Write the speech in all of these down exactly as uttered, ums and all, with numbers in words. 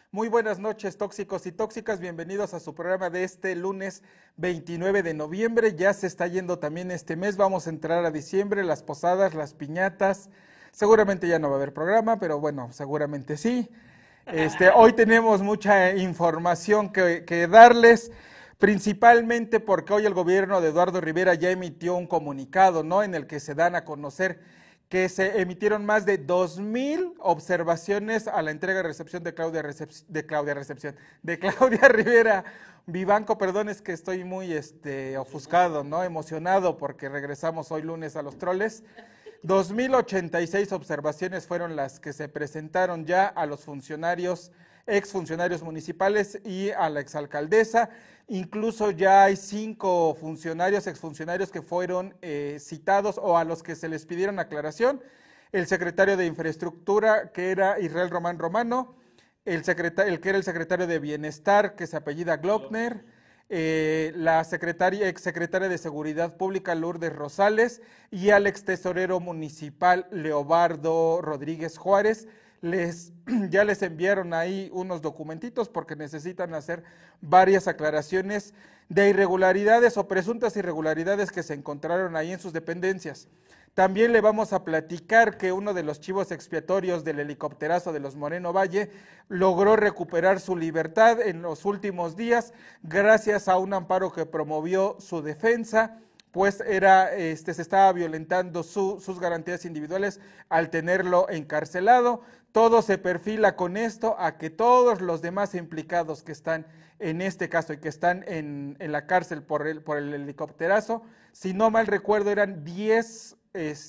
Muy buenas noches, tóxicos y tóxicas. Bienvenidos a su programa de este lunes veintinueve de noviembre. Ya se está yendo también este mes. Vamos a entrar a diciembre, las posadas, las piñatas. Seguramente ya no va a haber programa, pero bueno, seguramente sí. Este, hoy tenemos mucha información que, que darles, principalmente porque hoy el gobierno de Eduardo Rivera ya emitió un comunicado, ¿no? En el que se dan a conocer que se emitieron más de dos mil observaciones a la entrega y recepción de Claudia, Recep de Claudia Recepción, de Claudia Rivera Vivanco. Perdón, es que estoy muy este, ofuscado, ¿no? Emocionado porque regresamos hoy lunes a los troles. dos mil ochenta y seis observaciones fueron las que se presentaron ya a los funcionarios, exfuncionarios municipales y a la exalcaldesa. Incluso ya hay cinco funcionarios, exfuncionarios que fueron eh, citados o a los que se les pidieron aclaración. El secretario de Infraestructura, que era Israel Román Romano, el, secretario, el que era el secretario de Bienestar, que se apellida Glockner, eh, la secretaria, exsecretaria de Seguridad Pública, Lourdes Rosales, y al extesorero municipal, Leobardo Rodríguez Juárez. Les, ya les enviaron ahí unos documentitos porque necesitan hacer varias aclaraciones de irregularidades o presuntas irregularidades que se encontraron ahí en sus dependencias. También le vamos a platicar que uno de los chivos expiatorios del helicópterazo de los Moreno Valle logró recuperar su libertad en los últimos días gracias a un amparo que promovió su defensa, pues era, este, se estaba violentando su, sus garantías individuales al tenerlo encarcelado. Todo se perfila con esto a que todos los demás implicados que están en este caso y que están en, en la cárcel por el, por el helicópterazo, si no mal recuerdo eran diez,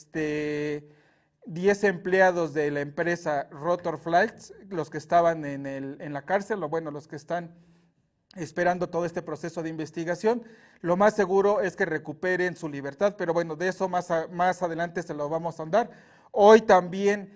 este, diez empleados de la empresa Rotor Flights, los que estaban en, el, en la cárcel, o bueno, los que están esperando todo este proceso de investigación. Lo más seguro es que recuperen su libertad, pero bueno, de eso más, a, más adelante se lo vamos a andar. Hoy también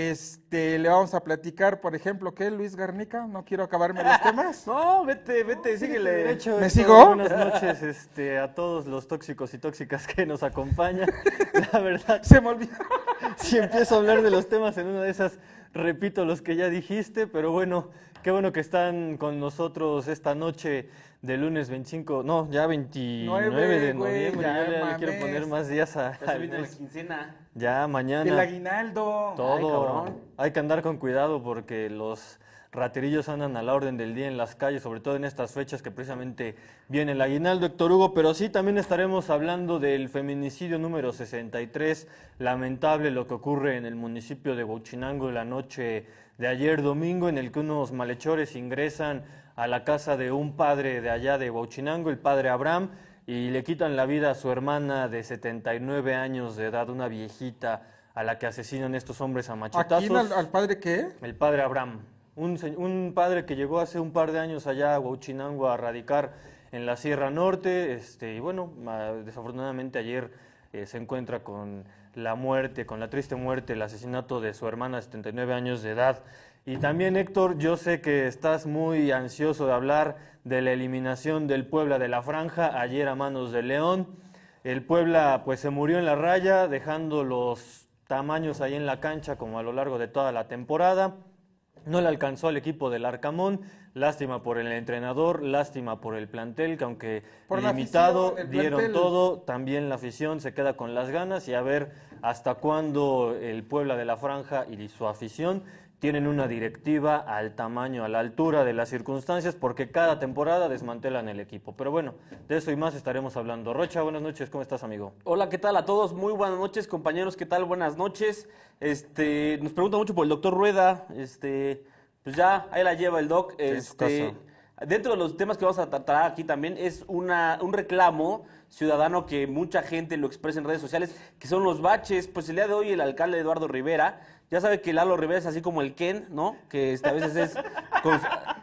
este, le vamos a platicar, por ejemplo, ¿qué, Luis Garnica? No quiero acabarme los temas. No, vete, vete, no, síguele. Derecho, ¿Me sigo? Buenas noches este, a todos los tóxicos y tóxicas que nos acompañan. La verdad, se me olvidó. Si empiezo a hablar de los temas en una de esas, repito los que ya dijiste, pero bueno, qué bueno que están con nosotros esta noche de lunes veinticinco, no, ya veintinueve Nueve, de noviembre, güey, ya, ya le quiero poner más días a... Ya se viene la quincena. Ya, mañana. El aguinaldo. Todo. Ay, hay que andar con cuidado porque los raterillos andan a la orden del día en las calles, sobre todo en estas fechas que precisamente viene el aguinaldo, Héctor Hugo, pero sí también estaremos hablando del feminicidio número sesenta y tres, lamentable lo que ocurre en el municipio de Huachinango la noche de ayer domingo, en el que unos malhechores ingresan a la casa de un padre de allá de Huachinango, el padre Abraham, y le quitan la vida a su hermana de setenta y nueve años de edad, una viejita a la que asesinan estos hombres a machetazos. ¿A quién, al, al padre qué? El padre Abraham, un, un padre que llegó hace un par de años allá a Huachinango a radicar en la Sierra Norte, este, y bueno, desafortunadamente ayer eh, se encuentra con la muerte, con la triste muerte, el asesinato de su hermana de setenta y nueve años de edad. Y también, Héctor, yo sé que estás muy ansioso de hablar de la eliminación del Puebla de la Franja, ayer a manos de León. El Puebla pues se murió en la raya, dejando los tamaños ahí en la cancha como a lo largo de toda la temporada. No le alcanzó al equipo del Arcamón, lástima por el entrenador, lástima por el plantel, que aunque por limitado, afición, dieron plantel. Todo, también la afición se queda con las ganas y a ver hasta cuándo el Puebla de la Franja y su afición tienen una directiva al tamaño, a la altura de las circunstancias, porque cada temporada desmantelan el equipo. Pero bueno, de eso y más estaremos hablando. Rocha, buenas noches, ¿cómo estás, amigo? Hola, ¿qué tal a todos? Muy buenas noches, compañeros, ¿qué tal? Buenas noches. Este, nos pregunta mucho por el doctor Rueda, este, pues ya, ahí la lleva el doc. Este, dentro de los temas que vamos a tratar aquí también es una, un reclamo ciudadano que mucha gente lo expresa en redes sociales, que son los baches. Pues el día de hoy el alcalde Eduardo Rivera, ya sabe que Lalo Rivera es así como el Ken, ¿no? Que este, a veces es con,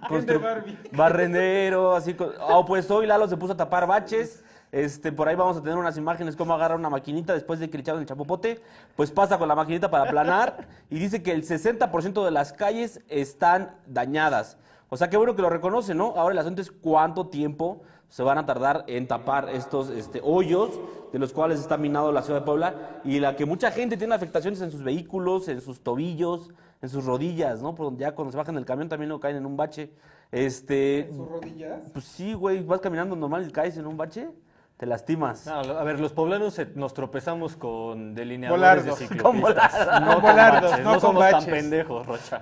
barrendero, así. Con, oh, pues hoy Lalo se puso a tapar baches. Este, por ahí vamos a tener unas imágenes cómo agarra una maquinita después de que le echaron el chapopote. Pues pasa con la maquinita para aplanar y dice que el sesenta por ciento de las calles están dañadas. O sea, qué bueno que lo reconoce, ¿no? Ahora el asunto es cuánto tiempo se van a tardar en tapar estos este, hoyos de los cuales está minado la ciudad de Puebla y la que mucha gente tiene afectaciones en sus vehículos, en sus tobillos, en sus rodillas, ¿no? Por donde ya cuando se bajan del camión también no caen en un bache. Este, ¿En sus rodillas? Pues sí, güey, vas caminando normal y caes en un bache, te lastimas. No, a ver, los poblanos se- nos tropezamos con delineadores Volardos. de Con ciclopistas. volardos. No Con con volardos, baches, no no con somos tan baches. pendejos, Rocha.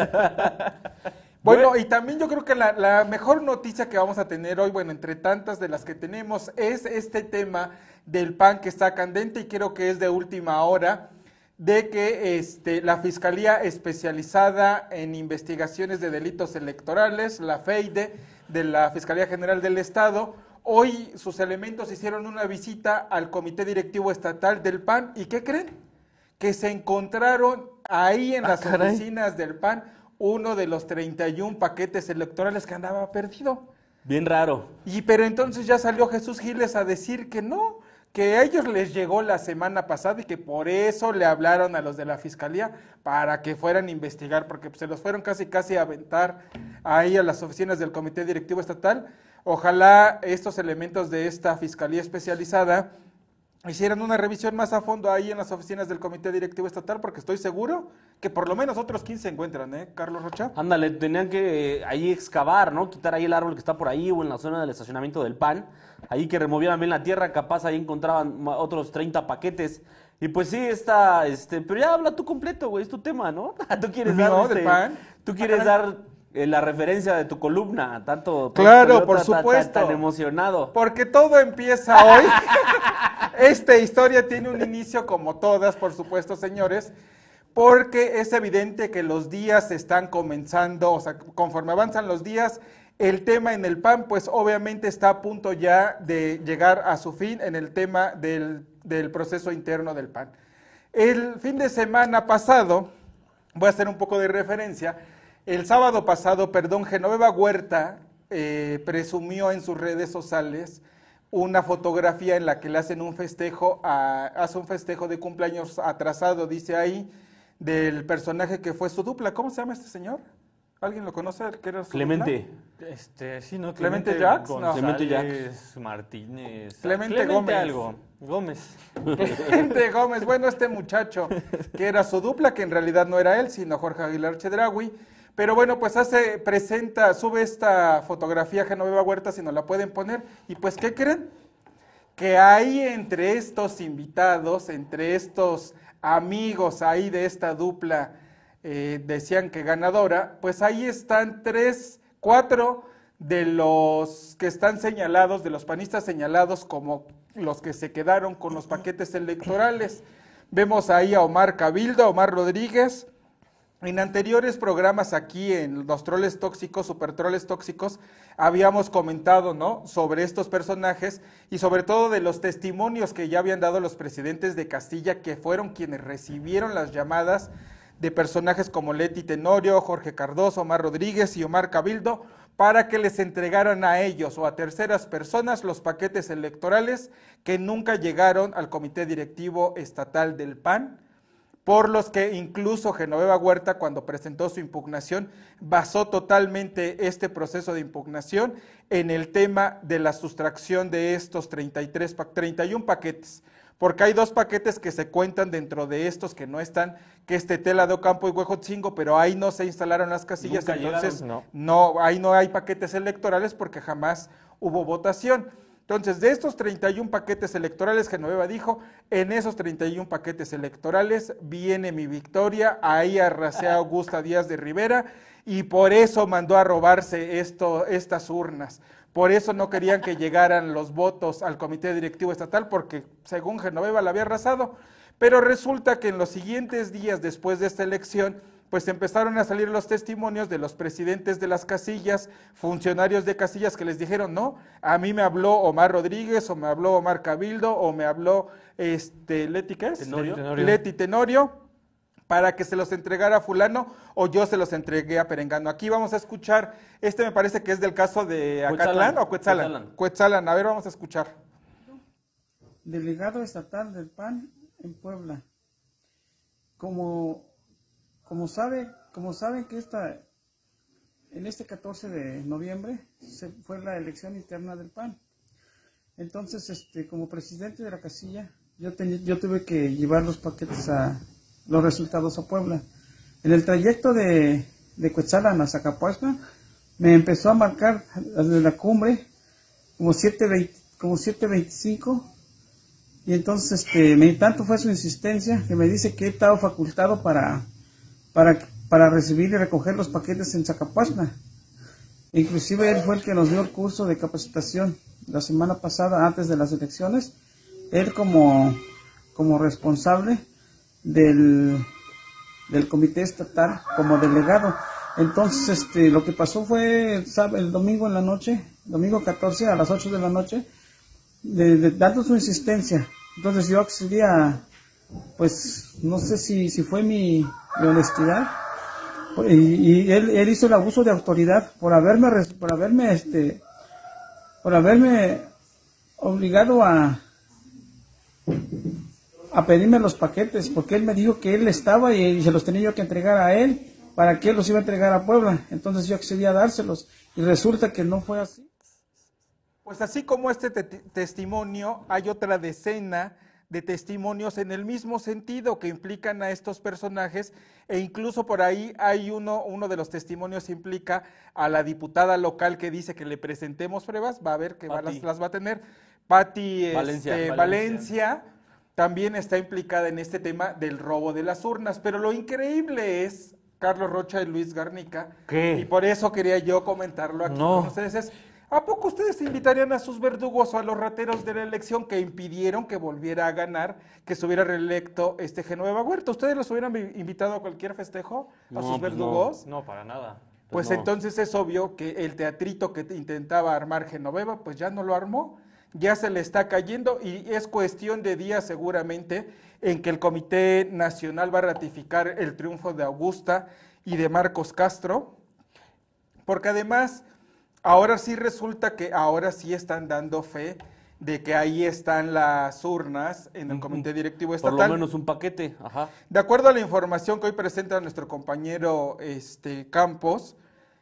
Bueno, y también yo creo que la, la mejor noticia que vamos a tener hoy, bueno, entre tantas de las que tenemos, es este tema del P A N que está candente y creo que es de última hora, de que este, la Fiscalía Especializada en Investigaciones de Delitos Electorales, la FEIDE, de la Fiscalía General del Estado, hoy sus elementos hicieron una visita al Comité Directivo Estatal del P A N, ¿y qué creen? Que se encontraron ahí en Ah, las caray. oficinas del P A N uno de los treinta y uno paquetes electorales que andaba perdido. Bien raro. Y pero entonces ya salió Jesús Giles a decir que no, que a ellos les llegó la semana pasada y que por eso le hablaron a los de la fiscalía para que fueran a investigar, porque pues, se los fueron casi casi a aventar ahí a las oficinas del Comité Directivo Estatal. Ojalá estos elementos de esta fiscalía especializada hicieran una revisión más a fondo ahí en las oficinas del Comité Directivo Estatal, porque estoy seguro que por lo menos otros quince se encuentran, ¿eh, Carlos Rocha? Ándale, tenían que eh, ahí excavar, ¿no? Quitar ahí el árbol que está por ahí o en la zona del estacionamiento del P A N. Ahí que removieran bien la tierra, capaz ahí encontraban ma- otros treinta paquetes. Y pues sí, está, este, pero ya habla tú completo, güey, es tu tema, ¿no? Tú quieres ¿Mío, dar, del este, P A N? tú quieres dar eh, la referencia de tu columna, tanto. Claro, tanto- por tan- tan- supuesto. Tan emocionado. Porque todo empieza hoy. Esta historia tiene un inicio como todas, por supuesto, señores, porque es evidente que los días están comenzando, o sea, conforme avanzan los días, el tema en el P A N, pues obviamente está a punto ya de llegar a su fin en el tema del, del proceso interno del P A N. El fin de semana pasado, voy a hacer un poco de referencia, el sábado pasado, perdón, Genoveva Huerta eh, presumió en sus redes sociales una fotografía en la que le hacen un festejo, a, hace un festejo de cumpleaños atrasado, dice ahí, del personaje que fue su dupla. ¿Cómo se llama este señor? ¿Alguien lo conoce? ¿Qué era su Clemente. Este, sí, ¿no? ¿Clemente Jacks? No. González, Clemente Martínez. Clemente Gómez. algo. Gómez. Clemente Gómez, bueno, este muchacho que era su dupla, que en realidad no era él, sino Jorge Aguilar Chedraui, pero bueno, pues hace, presenta, sube esta fotografía Genoveva Huerta, si nos la pueden poner, y pues, ¿qué creen? Que ahí entre estos invitados, entre estos amigos ahí de esta dupla, eh, decían que ganadora, pues ahí están tres, cuatro de los que están señalados, de los panistas señalados como los que se quedaron con los paquetes electorales. Vemos ahí a Omar Cabildo, a Omar Rodríguez. En anteriores programas aquí en los troles tóxicos, super troles tóxicos, habíamos comentado, ¿no?, sobre estos personajes y sobre todo de los testimonios que ya habían dado los presidentes de Castilla, que fueron quienes recibieron las llamadas de personajes como Leti Tenorio, Jorge Cardoso, Omar Rodríguez y Omar Cabildo, para que les entregaran a ellos o a terceras personas los paquetes electorales que nunca llegaron al Comité Directivo Estatal del P A N, por los que incluso Genoveva Huerta, cuando presentó su impugnación, basó totalmente este proceso de impugnación en el tema de la sustracción de estos treinta y tres, treinta y uno paquetes, porque hay dos paquetes que se cuentan dentro de estos que no están, que es Tetela de Ocampo y Huejotzingo, pero ahí no se instalaron las casillas, Nunca entonces llegaron, no, ahí no hay paquetes electorales porque jamás hubo votación. Entonces, de estos treinta y uno paquetes electorales, Genoveva dijo, en esos treinta y uno paquetes electorales viene mi victoria, ahí arrasé a Augusta Díaz de Rivera y por eso mandó a robarse esto, estas urnas. Por eso no querían que llegaran los votos al Comité Directivo Estatal, porque según Genoveva la había arrasado. Pero resulta que en los siguientes días después de esta elección, pues empezaron a salir los testimonios de los presidentes de las casillas, funcionarios de casillas que les dijeron, no, a mí me habló Omar Rodríguez, o me habló Omar Cabildo, o me habló este, Leti, ¿qué es? Tenorio. Tenorio. Leti Tenorio, para que se los entregara a fulano, o yo se los entregué a Perengano. Aquí vamos a escuchar, este me parece que es del caso de Acatlán, Cuetzalan, o Cuetzalan. Cuetzalan. Cuetzalan, a ver, vamos a escuchar. Delegado estatal del P A N en Puebla. Como, como sabe, como saben que esta, en este catorce de noviembre se fue la elección interna del P A N. Entonces, este, como presidente de la casilla, yo, ten, yo tuve que llevar los paquetes a los resultados a Puebla. En el trayecto de, de Cuetzalan a Zacapuasca, me empezó a marcar desde la cumbre como siete veinticinco, y entonces este, me, tanto fue su insistencia que me dice que he estado facultado para, para, para recibir y recoger los paquetes en Zacapuasca. Inclusive él fue el que nos dio el curso de capacitación la semana pasada, antes de las elecciones, él como, como responsable del, del comité estatal, como delegado. Entonces, este, lo que pasó fue el, el domingo en la noche, domingo catorce a las ocho de la noche, de, de, dando su insistencia. Entonces yo accedí a, pues, no sé si, si fue mi, mi honestidad, y, y él, él hizo el abuso de autoridad por haberme, por haberme, este, por haberme obligado a, a pedirme los paquetes, porque él me dijo que él estaba y, y se los tenía yo que entregar a él, para que él los iba a entregar a Puebla. Entonces yo accedí a dárselos y resulta que no fue así. Pues así como este te testimonio, hay otra decena de testimonios en el mismo sentido que implican a estos personajes, e incluso por ahí hay uno, uno de los testimonios implica a la diputada local que dice que le presentemos pruebas, va a ver que va, las, las va a tener. Pati Valencia, este, Valencia. Valencia también está implicada en este tema del robo de las urnas, pero lo increíble es Carlos Rocha y Luis Garnica, ¿Qué? y por eso quería yo comentarlo aquí No. con ustedes. Es, ¿a poco ustedes invitarían a sus verdugos o a los rateros de la elección que impidieron que volviera a ganar, que se hubiera reelecto este Genoveva Huerta? ¿Ustedes los hubieran invitado a cualquier festejo, a No, sus pues verdugos? No, no, para nada. Pues no. entonces es obvio que el teatrito que intentaba armar Genoveva, pues ya no lo armó, ya se le está cayendo y es cuestión de días seguramente en que el Comité Nacional va a ratificar el triunfo de Augusta y de Marcos Castro, porque además ahora sí resulta que ahora sí están dando fe de que ahí están las urnas en el Comité Directivo Estatal. Por lo menos un paquete, ajá. De acuerdo a la información que hoy presenta nuestro compañero este, Campos,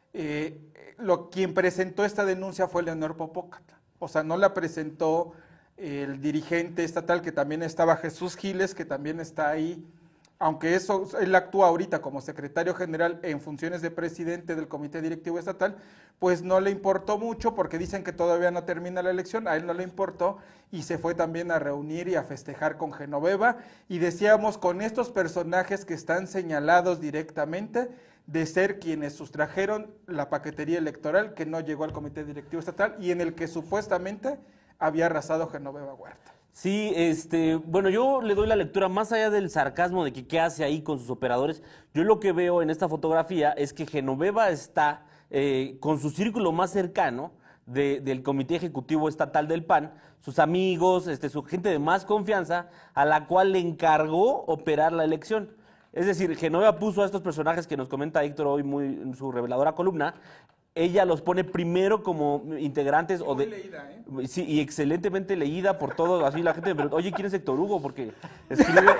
eh, lo, quien presentó esta denuncia fue Leonor Popocatla. O sea, no la presentó el dirigente estatal, que también estaba Jesús Giles, que también está ahí, aunque eso él actúa ahorita como secretario general en funciones de presidente del Comité Directivo Estatal, pues no le importó mucho porque dicen que todavía no termina la elección, a él no le importó y se fue también a reunir y a festejar con Genoveva, y decíamos con estos personajes que están señalados directamente de ser quienes sustrajeron la paquetería electoral que no llegó al Comité Directivo Estatal y en el que supuestamente había arrasado Genoveva Huerta. Sí, este, bueno, yo le doy la lectura más allá del sarcasmo de que qué hace ahí con sus operadores. Yo lo que veo en esta fotografía es que Genoveva está eh, con su círculo más cercano de, del Comité Ejecutivo Estatal del P A N, sus amigos, este, su gente de más confianza, a la cual le encargó operar la elección. Es decir, Genoveva puso a estos personajes que nos comenta Héctor hoy muy en su reveladora columna. Ella los pone primero como integrantes. Y o muy de, leída, ¿eh? Sí, y excelentemente leída por todo. Así la gente me pregunta, oye, ¿quién es Héctor Hugo? Porque escribe,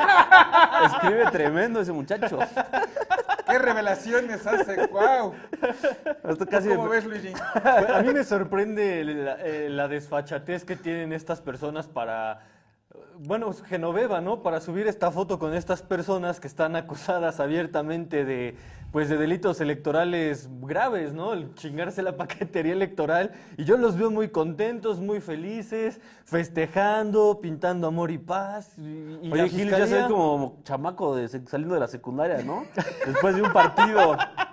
escribe tremendo ese muchacho. ¡Qué revelaciones hace! ¡Wow! Esto casi ¿Cómo me- ves, Luigi? Pues, a mí me sorprende la, eh, la desfachatez que tienen estas personas para, bueno, Genoveva, ¿no? Para subir esta foto con estas personas que están acusadas abiertamente de, pues, de delitos electorales graves, ¿no? El chingarse la paquetería electoral. Y yo los veo muy contentos, muy felices, festejando, pintando amor y paz. Y, y la Oye, Gil ya se ve fiscalía- como chamaco de, sec- saliendo de la secundaria, ¿no? Después de un partido.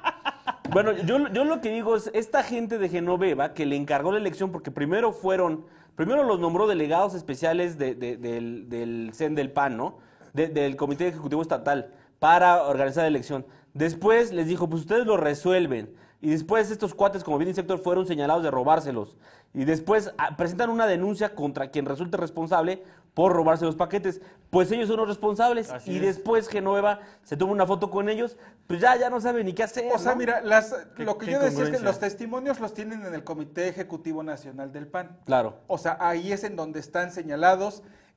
Bueno, yo, yo lo que digo es, esta gente de Genoveva que le encargó la elección, porque primero fueron, primero los nombró delegados especiales de- de- del, del C E N del P A N, ¿no? De- del Comité Ejecutivo Estatal, para organizar la elección. Después les dijo, pues ustedes lo resuelven. Y después estos cuates, como bien dice Héctor, fueron señalados de robárselos. Y después ah, presentan una denuncia contra quien resulte responsable por robarse los paquetes. Pues ellos son los responsables. Así y es. después Genoveva se toma una foto con ellos, pues ya, ya no sabe ni qué hacer. O sea, ¿no? mira, las, Qué- lo que qué yo decía es que incongruencia. los testimonios los tienen en el Comité Ejecutivo Nacional del P A N. Claro. O sea, ahí es en donde están señalados.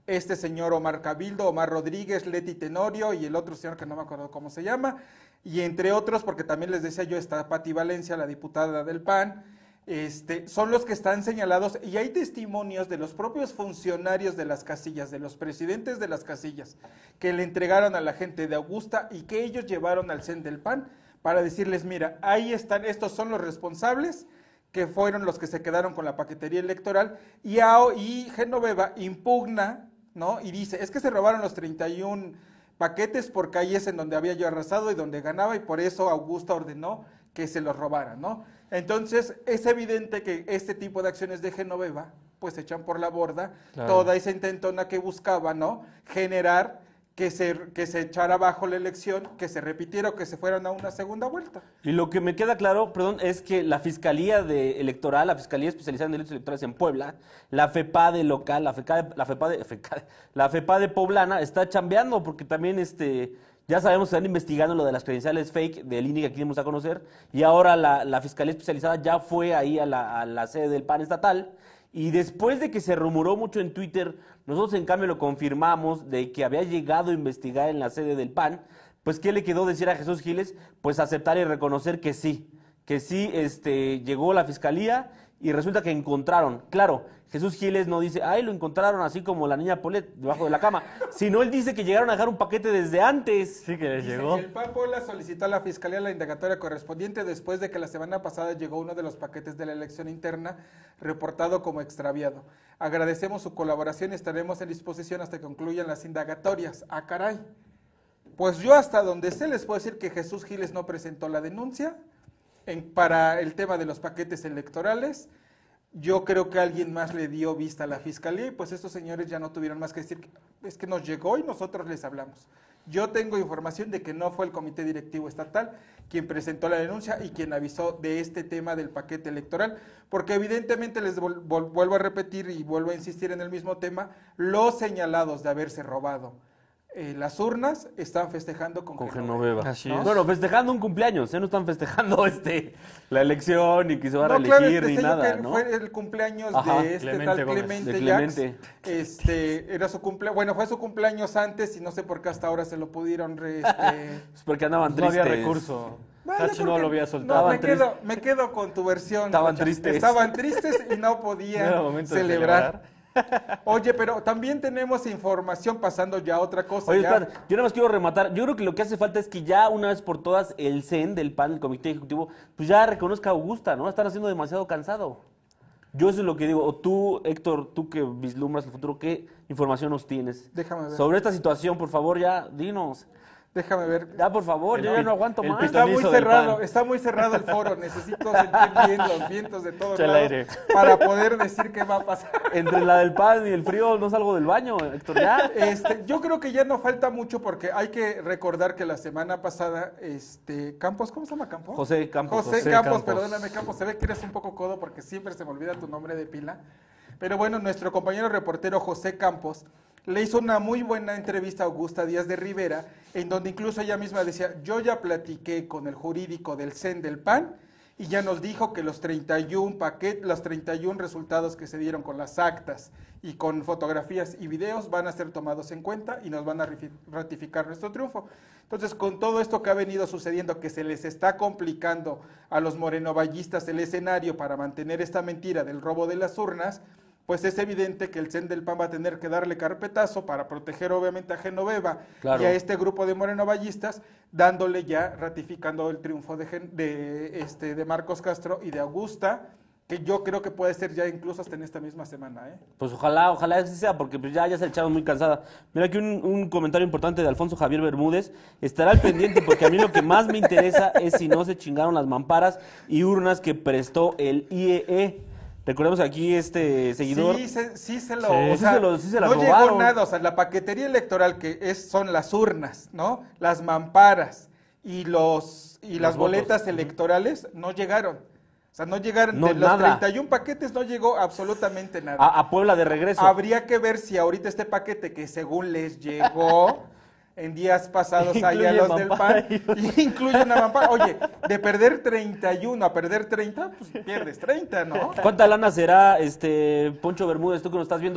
este señor Omar Cabildo, Omar Rodríguez, Leti Tenorio y el otro señor que no me acuerdo cómo se llama, y entre otros, porque también les decía yo, está Pati Valencia, la diputada del P A N, este, son los que están señalados, y hay testimonios de los propios funcionarios de las casillas, de los presidentes de las casillas, que le entregaron a la gente de Augusta y que ellos llevaron al C E N del P A N para decirles, mira, ahí están, estos son los responsables, que fueron los que se quedaron con la paquetería electoral, y, a, y Genoveva impugna, ¿no? Y dice, es que se robaron los treinta y un paquetes porque ahí es en donde había yo arrasado y donde ganaba, y por eso Augusta ordenó que se los robaran, ¿no? Entonces, es evidente que este tipo de acciones de Genoveva, pues echan por la borda claro. toda esa intentona que buscaba, ¿no? Generar que se, que se echara abajo la elección, que se repitiera o que se fueran a una segunda vuelta. Y lo que me queda claro, perdón, es que la Fiscalía de Electoral, la Fiscalía Especializada en Delitos Electorales en Puebla, la FEPADE local, la FEPADE, la FEPADE, FEPADE, la FEPADE poblana está chambeando porque también este... Ya sabemos que están investigando lo de las credenciales fake del I N E que aquí dimos a conocer, y ahora la, la Fiscalía Especializada ya fue ahí a la, a la sede del P A N estatal, y después de que se rumoró mucho en Twitter, nosotros en cambio lo confirmamos de que había llegado a investigar en la sede del P A N, pues ¿qué le quedó decir a Jesús Giles? Pues aceptar y reconocer que sí, que sí este, llegó la Fiscalía y resulta que encontraron, claro, Jesús Giles no dice, ay, lo encontraron así como la niña Polet debajo de la cama, sino él dice que llegaron a dejar un paquete desde antes. Sí, que les Dice llegó. Que el P A N Puebla solicitó a la Fiscalía la indagatoria correspondiente después de que la semana pasada llegó uno de los paquetes de la elección interna reportado como extraviado. Agradecemos su colaboración y estaremos en disposición hasta que concluyan las indagatorias. Ah, caray. Pues yo hasta donde sé les puedo decir que Jesús Giles no presentó la denuncia en, para el tema de los paquetes electorales. Yo creo que alguien más le dio vista a la Fiscalía y pues estos señores ya no tuvieron más que decir, es que nos llegó y nosotros les hablamos. Yo tengo información de que no fue el Comité Directivo Estatal quien presentó la denuncia y quien avisó de este tema del paquete electoral, porque evidentemente les vol- vol- vuelvo a repetir y vuelvo a insistir en el mismo tema, los señalados de haberse robado Eh, las urnas están festejando con, Con Genoveva. Genoveva. Así ¿no? es. Bueno, festejando un cumpleaños, ¿eh? No están festejando este la elección y que se va a No, reelegir claro, ni este nada, que ¿no? Fue el cumpleaños Ajá, de este Clemente tal Gómez. Clemente, De Jacks. Clemente. Este, era su cumple, bueno, fue su cumpleaños antes y no sé por qué hasta ahora se lo pudieron re, este, Pues porque andaban No tristes. había recurso. Bueno, Hachi no porque- lo había No, soltado. me quedo, me quedo con tu versión. Estaban Rocha. tristes. Estaban tristes y no No podían era momento de celebrar. celebrar. Oye, pero también tenemos información pasando ya a otra cosa. Oye, ya. espera, yo nada más quiero rematar. Yo creo que lo que hace falta es que ya una vez por todas el C E N del P A N, el Comité Ejecutivo, pues ya reconozca a Augusta, ¿no? Están haciendo demasiado cansado. Yo eso es lo que digo. O tú, Héctor, tú que vislumbras el futuro, ¿qué información nos tienes? Déjame ver. Sobre esta situación, por favor, ya dinos. Déjame ver. Ya, por favor, El yo ya pit- no aguanto el más. pito- Está muy pitonizo del cerrado, P A N. está muy cerrado el foro. Necesito sentir bien los vientos de todos Echa el lados aire. para poder decir qué va a pasar. Entre la del P A N y el frío no salgo del baño, Héctor, ya. Este, yo creo que ya no falta mucho porque hay que recordar que la semana pasada, este, Campos, ¿cómo se llama Campos? José Campos. José, José Campos, Campos. perdóname Campos, se ve que eres un poco codo porque siempre se me olvida tu nombre de pila. Pero bueno, nuestro compañero reportero José Campos le hizo una muy buena entrevista a Augusta Díaz de Rivera, en donde incluso ella misma decía, yo ya platiqué con el jurídico del C E N del P A N y ya nos dijo que los treinta y un paquetes, los treinta y un resultados que se dieron con las actas y con fotografías y videos van a ser tomados en cuenta y nos van a rifi- ratificar nuestro triunfo. Entonces, con todo esto que ha venido sucediendo, que se les está complicando a los morenovallistas el escenario para mantener esta mentira del robo de las urnas, pues es evidente que el C E N del P A N va a tener que darle carpetazo para proteger obviamente a Genoveva Claro. y a este grupo de morenovallistas, dándole ya, ratificando el triunfo de, Gen- de, este, de Marcos Castro y de Augusta, que yo creo que puede ser ya incluso hasta en esta misma semana, ¿eh? Pues ojalá, ojalá así sea, porque pues ya, ya se echaron muy cansada. Mira aquí un, un comentario importante de Alfonso Javier Bermúdez. Estará al pendiente porque a mí lo que más me interesa es si no se chingaron las mamparas y urnas que prestó el I E E. Recordemos aquí este seguidor. Sí, se, sí se lo, Sí, o sí sea, se lo- sí se la no robaron. llegó nada, o sea, la paquetería electoral que es, son las urnas, ¿no? Las mamparas y los y las Los boletas votos. electorales no llegaron. O sea, no llegaron, No, de los nada. treinta y un paquetes no llegó absolutamente nada. A, a Puebla de regreso. Habría que ver si ahorita este paquete que según les llegó en días pasados allá Incluye los del P A mampara N, y incluye una mampara. Oye, de perder treinta y uno a perder treinta, pues pierdes treinta, ¿no? ¿Cuánta lana será, este Poncho Bermúdez, tú que nos estás viendo?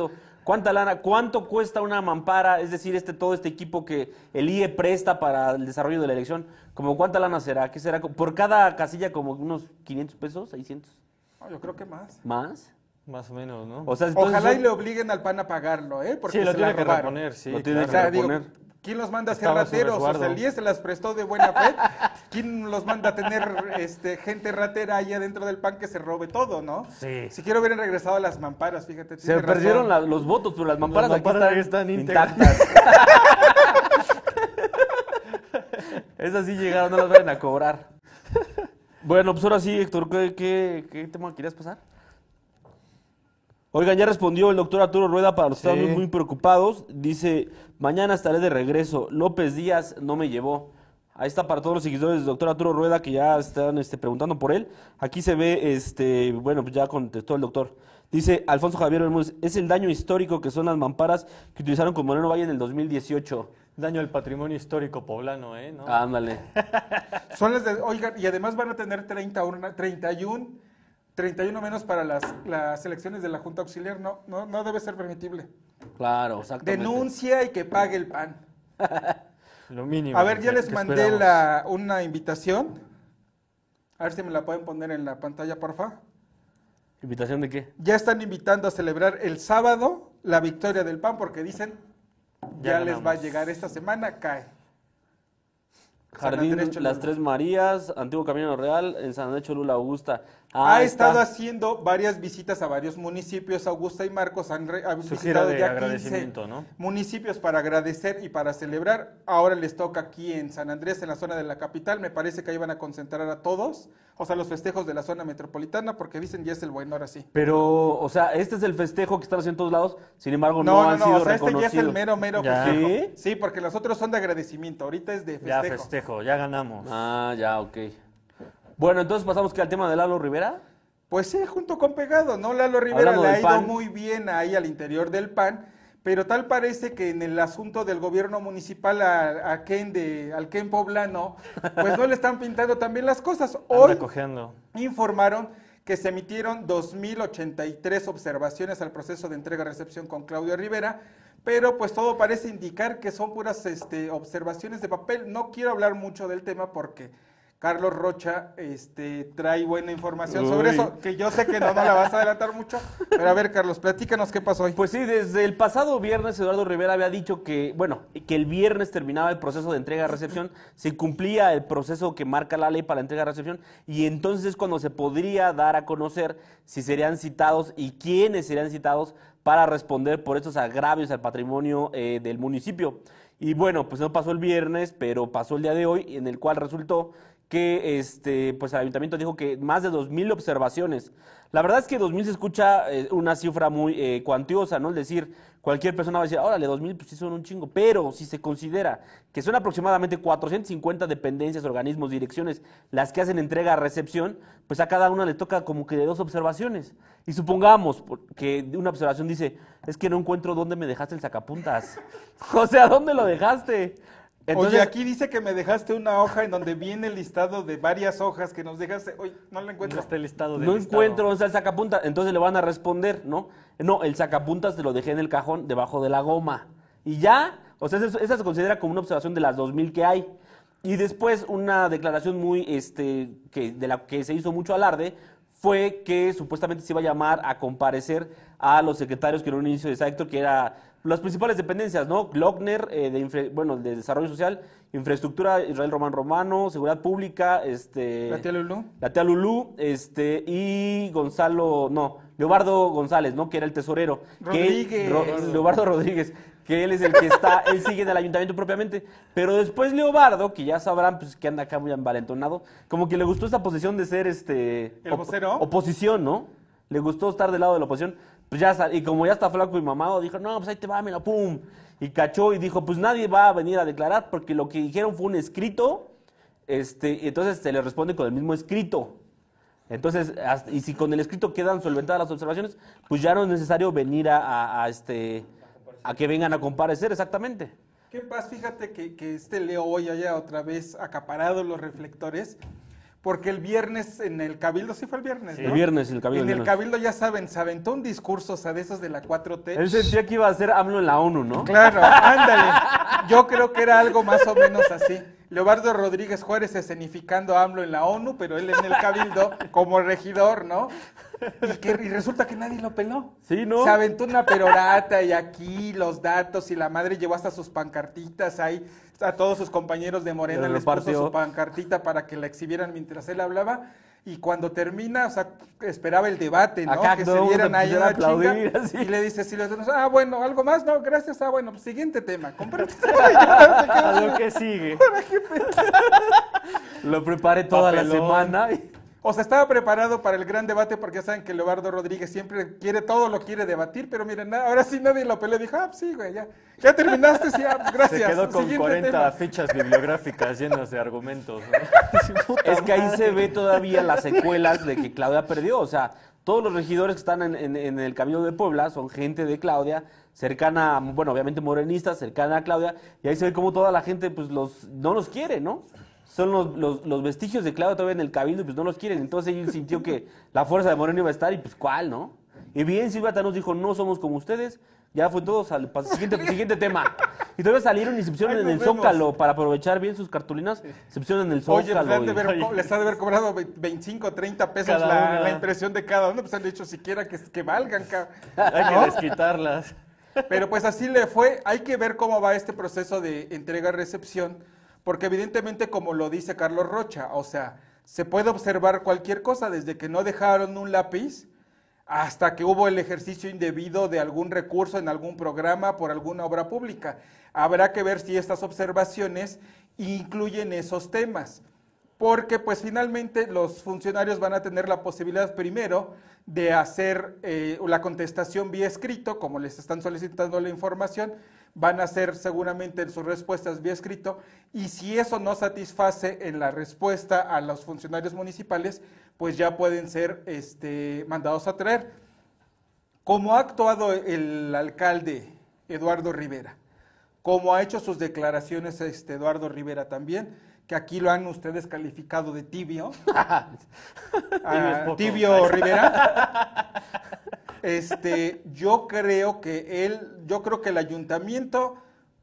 ¿Cuánta lana, cuánto cuesta una mampara? Es decir, este todo este equipo que el I E presta para el desarrollo de la elección, ¿como cuánta lana será? ¿Qué será? ¿Por cada casilla como unos quinientos pesos, seiscientos? No, yo creo que más. ¿Más? Más o menos, ¿no? O sea, entonces Ojalá y son- le obliguen al P A N a pagarlo, ¿eh? Porque sí, lo se tiene la que robaron. reponer, sí. Lo tiene O claro. sea, digo, reponer. ¿quién los manda a ser Estaba a su rateros? O sea, resguardo. el I E se las prestó de buena fe. ¿Quién los manda a tener este, gente ratera ahí adentro del P A N que se robe todo, no? Sí. Si quiero hubieran regresado a las mamparas, fíjate. Se tiene perdieron razón. la- los votos, pero las mamparas, mamparas aquí ahí están, están íntegras. intactas. Esas sí llegaron, no las vayan a cobrar. Bueno, pues ahora sí, Héctor, ¿qué, qué, qué tema querías pasar? Oigan, ya respondió el doctor Arturo Rueda para los que Sí. están muy, muy preocupados. Dice, mañana estaré de regreso. López Díaz no me llevó. Ahí está para todos los seguidores del doctor Arturo Rueda que ya están este, preguntando por él. Aquí se ve, este, bueno, pues ya contestó el doctor. Dice Alfonso Javier Bermúdez, es el daño histórico que son las mamparas que utilizaron con Moreno Valle en el dos mil dieciocho. Daño al patrimonio histórico poblano, ¿eh? ¿No? Ándale. Son las de, oigan, y además van a tener treinta, una- treinta y uno, treinta y uno menos para las, las elecciones de la Junta Auxiliar. No, no, no debe ser permitible. Claro, exactamente. Denuncia y que pague el P A N. Lo mínimo. A ver, ya que- les que mandé esperamos. la, una invitación. A ver si me la pueden poner en la pantalla, porfa. ¿Invitación de qué? Ya están invitando a celebrar el sábado la victoria del P A N porque dicen ya, Ya les va a ganamos. llegar esta semana, cae. Jardín San Andrés Cholula. Las Tres Marías, Antiguo Camino Real, en San Andrés Cholula, Augusta. Ha Ah, estado está. haciendo varias visitas a varios municipios, Augusta y Marcos han re- han Su visitado gira de ya agradecimiento, quince ¿no? municipios para agradecer y para celebrar. Ahora les toca aquí en San Andrés, en la zona de la capital. Me parece que ahí van a concentrar a todos, o sea, los festejos de la zona metropolitana, porque dicen ya es el bueno, ahora sí. Pero, o sea, este es el festejo que están haciendo en todos lados, sin embargo, no, No, no, han no, sido o sea, este ya es reconocidos. el mero, mero Ya. festejo. ¿Sí? Sí, porque los otros son de agradecimiento, ahorita es de Ya festejo. festejo, ya ganamos. Ah, ya, ok. Bueno, entonces pasamos que al tema de Lalo Rivera. Pues sí, junto con pegado, ¿no? Lalo Rivera Hablando le ha del ido P A N. muy bien ahí al interior del P A N, pero tal parece que en el asunto del gobierno municipal a, a Ken de, al Ken poblano, pues no le están pintando también las cosas. Hoy Anda cojeando. informaron que se emitieron dos mil ochenta y tres observaciones al proceso de entrega-recepción con Claudio Rivera, pero pues todo parece indicar que son puras este, observaciones de papel. No quiero hablar mucho del tema porque Carlos Rocha este, trae buena información sobre Uy. eso, que yo sé que no, no la vas a adelantar mucho, pero a ver, Carlos, platícanos qué pasó hoy. Pues sí, desde el pasado viernes Eduardo Rivera había dicho que, bueno, que el viernes terminaba el proceso de entrega-recepción, se cumplía el proceso que marca la ley para la entrega-recepción y entonces es cuando se podría dar a conocer si serían citados y quiénes serían citados para responder por estos agravios al patrimonio eh, del municipio. Y bueno, pues no pasó el viernes, pero pasó el día de hoy, en el cual resultó que este, pues el ayuntamiento dijo que más de dos mil observaciones. La verdad es que dos mil se escucha eh, una cifra muy eh, cuantiosa, ¿no? Es decir, cualquier persona va a decir, órale, dos mil, pues sí son un chingo. Pero si se considera que son aproximadamente cuatrocientas cincuenta dependencias, organismos, direcciones, las que hacen entrega-recepción, pues a cada una le toca como que de dos observaciones. Y supongamos por- que una observación dice, es que no encuentro dónde me dejaste el sacapuntas. O sea, ¿dónde lo dejaste? Oye, aquí dice que me dejaste una hoja en donde viene el listado de varias hojas que nos dejaste. Oye, no la No encuentro. está el listado de No encuentro dónde está el sacapuntas, entonces le van a responder, ¿no? No, el sacapuntas te lo dejé en el cajón debajo de la goma. Y ya, o sea, eso- esa se considera como una observación de las dos mil que hay. Y después una declaración muy, este, que de la que se hizo mucho alarde, fue que supuestamente se iba a llamar a comparecer a los secretarios que en un inicio de Héctor, que era las principales dependencias, ¿no? Glockner, eh, de, infra- bueno, de Desarrollo Social, Infraestructura, Israel Román Romano, Seguridad Pública, este... ¿La tía Lulú? La tía Lulú, este, y Gonzalo, no, Leobardo González, ¿no? Que era el tesorero. Que él- Rodríguez. Ro- Leobardo Rodríguez, que él es el que está, él sigue en el ayuntamiento propiamente. Pero después Leobardo, que ya sabrán, pues que anda acá muy envalentonado, como que le gustó esta posición de ser, este... ¿El vocero? Oposición, ¿no? Le gustó estar del lado de la oposición. Pues ya, sal- y como ya está flaco y mamado, dijo, no, pues ahí te va, mira, pum. Y cachó y dijo, pues nadie va a venir a declarar porque lo que dijeron fue un escrito, este, y entonces se le responde con el mismo escrito. Entonces, hasta- y si con el escrito quedan solventadas las observaciones, pues ya no es necesario venir a, a- a, este, a que vengan a comparecer, exactamente. ¿Qué pasa? Fíjate que, que este Leo hoy haya otra vez acaparado los reflectores, porque el viernes en el Cabildo, sí fue el viernes, Sí. ¿no? El viernes, el Cabildo. En el el viernes. Cabildo, ya saben, se aventó un discurso, o sea, de esos de la cuatro T. Él sentía que iba a ser AMLO en la ONU, ¿no? Claro, ándale. Yo creo que era algo más o menos así. Leobardo Rodríguez Juárez escenificando a AMLO en la ONU, pero él en el Cabildo como regidor, ¿no? Y, que, y resulta que nadie lo peló. Sí, ¿no? Se aventó una perorata y aquí los datos y la madre llevó hasta sus pancartitas ahí. A todos sus compañeros de Morena Lo les puso repartió. su pancartita para que la exhibieran mientras él hablaba. Y cuando termina, o sea, esperaba el debate, ¿no? Acá que todo se el mundo dieran ahí pusiera a una chinga. aplaudir, así. Y le dice, si los demás, ah, bueno, ¿algo más? No, gracias. Ah, bueno, pues siguiente tema. Cómprate. A lo que sigue. Lo preparé toda la Papelón. semana. y- O sea, estaba preparado para el gran debate porque ya saben que Leobardo Rodríguez siempre quiere todo, lo quiere debatir, pero miren, na- ahora sí nadie lo peleó. Dijo, ah, pues sí, güey, ya. Ya terminaste, sí, ah, pues gracias. Se quedó con Siguiente cuarenta tema. fichas bibliográficas llenas de argumentos. ¿no? Es que ahí se ve todavía las secuelas de que Claudia perdió. O sea, todos los regidores que están en, en- en el Cabildo de Puebla son gente de Claudia, cercana, bueno, obviamente morenista, cercana a Claudia, y ahí se ve como toda la gente pues los no los quiere, ¿no? Son los, los, los vestigios de Claudia todavía en el Cabildo y pues no los quieren. Entonces él sintió que la fuerza de Moreno iba a estar y pues ¿cuál, no? Y bien Silvia nos dijo, no somos como ustedes. Ya fue todo, sal, pas- siguiente, siguiente tema. Y todavía salieron y se pusieron Ahí en nos el vemos. Zócalo para aprovechar bien sus cartulinas. Se pusieron en el Zócalo. Oye, les han, de y- haber, co- les ha de haber cobrado ve- veinticinco, treinta pesos Cada la, una. la impresión de cada uno, pues han dicho siquiera que, que valgan. ca- Hay que ¿no? desquitarlas. Pero pues así le fue. Hay que ver cómo va este proceso de entrega-recepción, porque evidentemente, como lo dice Carlos Rocha, o sea, se puede observar cualquier cosa, desde que no dejaron un lápiz hasta que hubo el ejercicio indebido de algún recurso en algún programa por alguna obra pública. Habrá que ver si estas observaciones incluyen esos temas, porque pues finalmente los funcionarios van a tener la posibilidad primero de hacer eh, la contestación vía escrito, como les están solicitando la información, van a hacer seguramente sus respuestas vía escrito, y si eso no satisface en la respuesta a los funcionarios municipales, pues ya pueden ser este, mandados a traer. Como ha actuado el alcalde Eduardo Rivera, como ha hecho sus declaraciones este Eduardo Rivera también, que aquí lo han ustedes calificado de tibio, ah, es poco. tibio Rivera, este, yo creo que él, yo creo que el ayuntamiento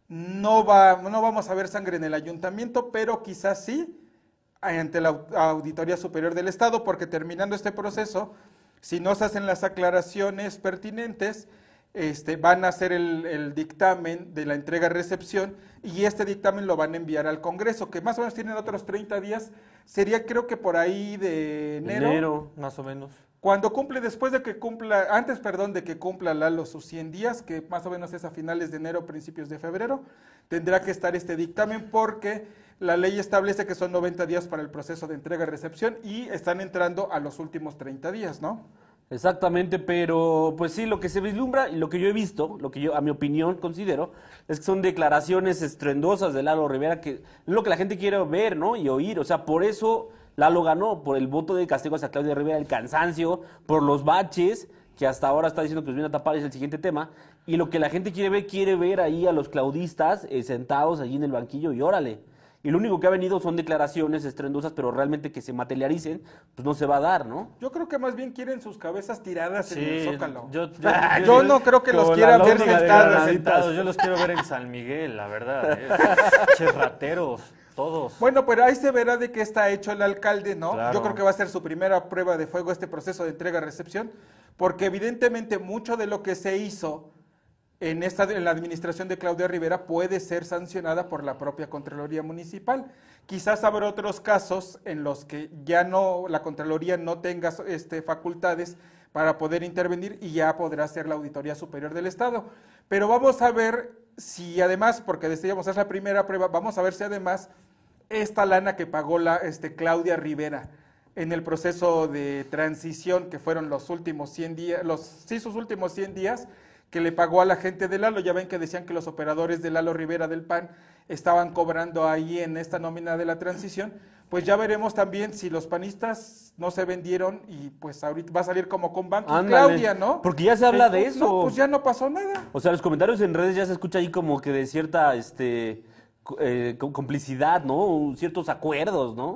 no va, no vamos a ver sangre en el ayuntamiento, pero quizás sí ante la Auditoría Superior del Estado, porque terminando este proceso, si no se hacen las aclaraciones pertinentes, este, van a hacer el, el dictamen de la entrega-recepción y este dictamen lo van a enviar al Congreso, que más o menos tienen otros treinta días, sería creo que por ahí de enero, Enero. Más o menos. cuando cumple, después de que cumpla, antes, perdón, de que cumpla Lalo sus cien días, que más o menos es a finales de enero, principios de febrero, tendrá que estar este dictamen porque la ley establece que son noventa días para el proceso de entrega-recepción y están entrando a los últimos treinta días, ¿no? Exactamente, pero pues sí, lo que se vislumbra y lo que yo he visto, lo que yo a mi opinión considero, es que son declaraciones estruendosas de Lalo Rivera, que es lo que la gente quiere ver, ¿no? Y oír, o sea, por eso Lalo ganó, por el voto de castigo hacia Claudia Rivera, el cansancio, por los baches, que hasta ahora está diciendo que los viene a tapar, es el siguiente tema, y lo que la gente quiere ver, quiere ver ahí a los claudistas eh, sentados allí en el banquillo y órale. Y lo único que ha venido son declaraciones estruendosas, pero realmente que se materialicen, pues no se va a dar, ¿no? Yo creo que más bien quieren sus cabezas tiradas en el Zócalo. Yo, Yo no creo que los como quiera la ver lógica de sentados. ganar sentados. Yo los quiero ver en San Miguel, la verdad. ¿eh? Che, rateros, todos. Bueno, pero ahí se verá de qué está hecho el alcalde, ¿no? Claro. Yo creo que va a ser su primera prueba de fuego este proceso de entrega-recepción, porque evidentemente mucho de lo que se hizo en, esta, en la administración de Claudia Rivera puede ser sancionada por la propia Contraloría Municipal. Quizás habrá otros casos en los que ya no, la Contraloría no tenga este, facultades para poder intervenir y ya podrá ser la Auditoría Superior del Estado. Pero vamos a ver si además, porque decíamos es la primera prueba, vamos a ver si además esta lana que pagó la este, Claudia Rivera en el proceso de transición, que fueron los últimos cien días, los, sí, sus últimos cien días, que le pagó a la gente de Lalo. Ya ven que decían que los operadores de Lalo Rivera del P A N estaban cobrando ahí en esta nómina de la transición. Pues ya veremos también si los panistas no se vendieron y pues ahorita va a salir como con Banco Ándale, Claudia, ¿no? porque ya se habla de Pues, eso. No, pues ya no pasó nada. O sea, los comentarios en redes ya se escucha ahí como que de cierta este, co- eh, co- complicidad, ¿no? Ciertos acuerdos, ¿no?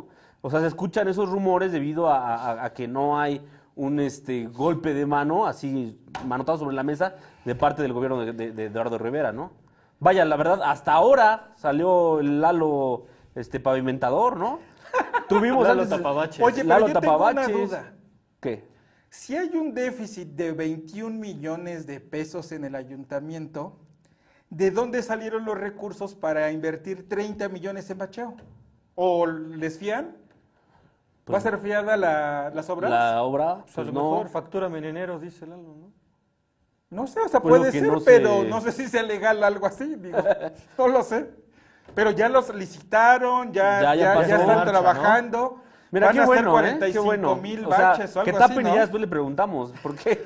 O sea, se escuchan esos rumores debido a, a, a que no hay un este golpe de mano, así manotado sobre la mesa, de parte del gobierno de, de, de Eduardo Rivera, ¿no? Vaya, la verdad, hasta ahora salió el Lalo este, pavimentador, ¿no? Tuvimos Lalo antes... Tapabaches. Oye, pero Lalo yo tengo una Tapabaches. duda. ¿Qué? Si hay un déficit de veintiún millones de pesos en el ayuntamiento, ¿de dónde salieron los recursos para invertir treinta millones en bacheo? ¿O les fían? ¿Va a ser fiada la, las obras? La obra, Pues a pues lo no. mejor factura en enero, dice Lalo, ¿no? No sé, o sea, Bueno, puede que ser, no pero se- no sé si sea legal algo así, digo, no lo sé. Pero ya los licitaron, ya, Ya- ya, ya ya, pasó. están Marcha, ¿no? trabajando. Mira, Van qué a ser bueno, cuarenta ¿eh? y Qué cinco bueno. mil O sea, baches o que algo tapen así, y ¿no? ya después le preguntamos, ¿por qué?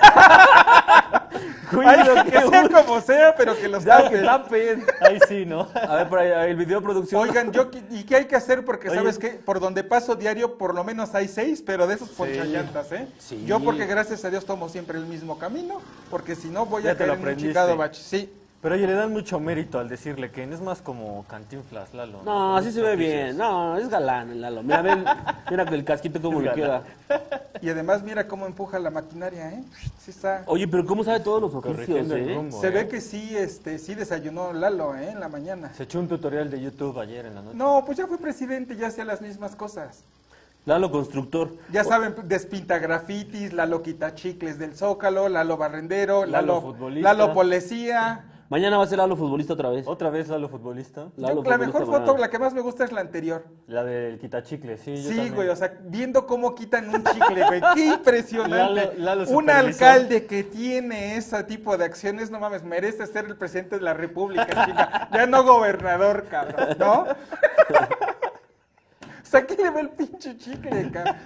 Ay, Cuida que sea como sea, pero que los Ya que tapen. tapen. Ahí sí, ¿no? A ver, por ahí, el video producción. Oigan, yo, qui- ¿y qué hay que hacer? Porque Oye. sabes que por donde paso diario por lo menos hay seis, pero de esos ponchallantas, ¿eh? Sí. Yo porque gracias a Dios tomo siempre el mismo camino, porque si no voy Ya a te caer lo en un aprendiste. chingado bache. Sí. Pero oye, le dan mucho mérito al decirle que es más como Cantinflas, Lalo. No, Con así se sus ve oficios. bien. No, es galán el Lalo. Mira, ve el- mira el casquito cómo Es le queda. galán. Y además mira cómo empuja la maquinaria, ¿eh? Sí está. Oye, pero ¿cómo sabe todos los oficios, Corrigiendo el eh? rumbo. Se ¿eh? ve que sí, este, sí desayunó Lalo, ¿eh? En la mañana. Se echó un tutorial de YouTube ayer en la noche. No, pues ya fue presidente, ya hacía las mismas cosas. Lalo constructor. Ya saben, despinta grafitis, Lalo quita chicles del Zócalo, Lalo barrendero, Lalo Lalo, futbolista. Lalo policía. Mañana va a ser Lalo futbolista otra vez. Otra vez Lalo futbolista. Lalo Yo- la mejor futbolista foto, mañana. la que más me gusta es la anterior. La del quitachicle, sí. yo Sí, también. güey, o sea, viendo cómo quitan un chicle, güey, qué impresionante. Lalo- Lalo un supervisor. alcalde que tiene ese tipo de acciones, no mames, merece ser el presidente de la República, chica. Ya no gobernador, cabrón, ¿no? O sea, ¿qué le ve el pinche chicle, cabrón?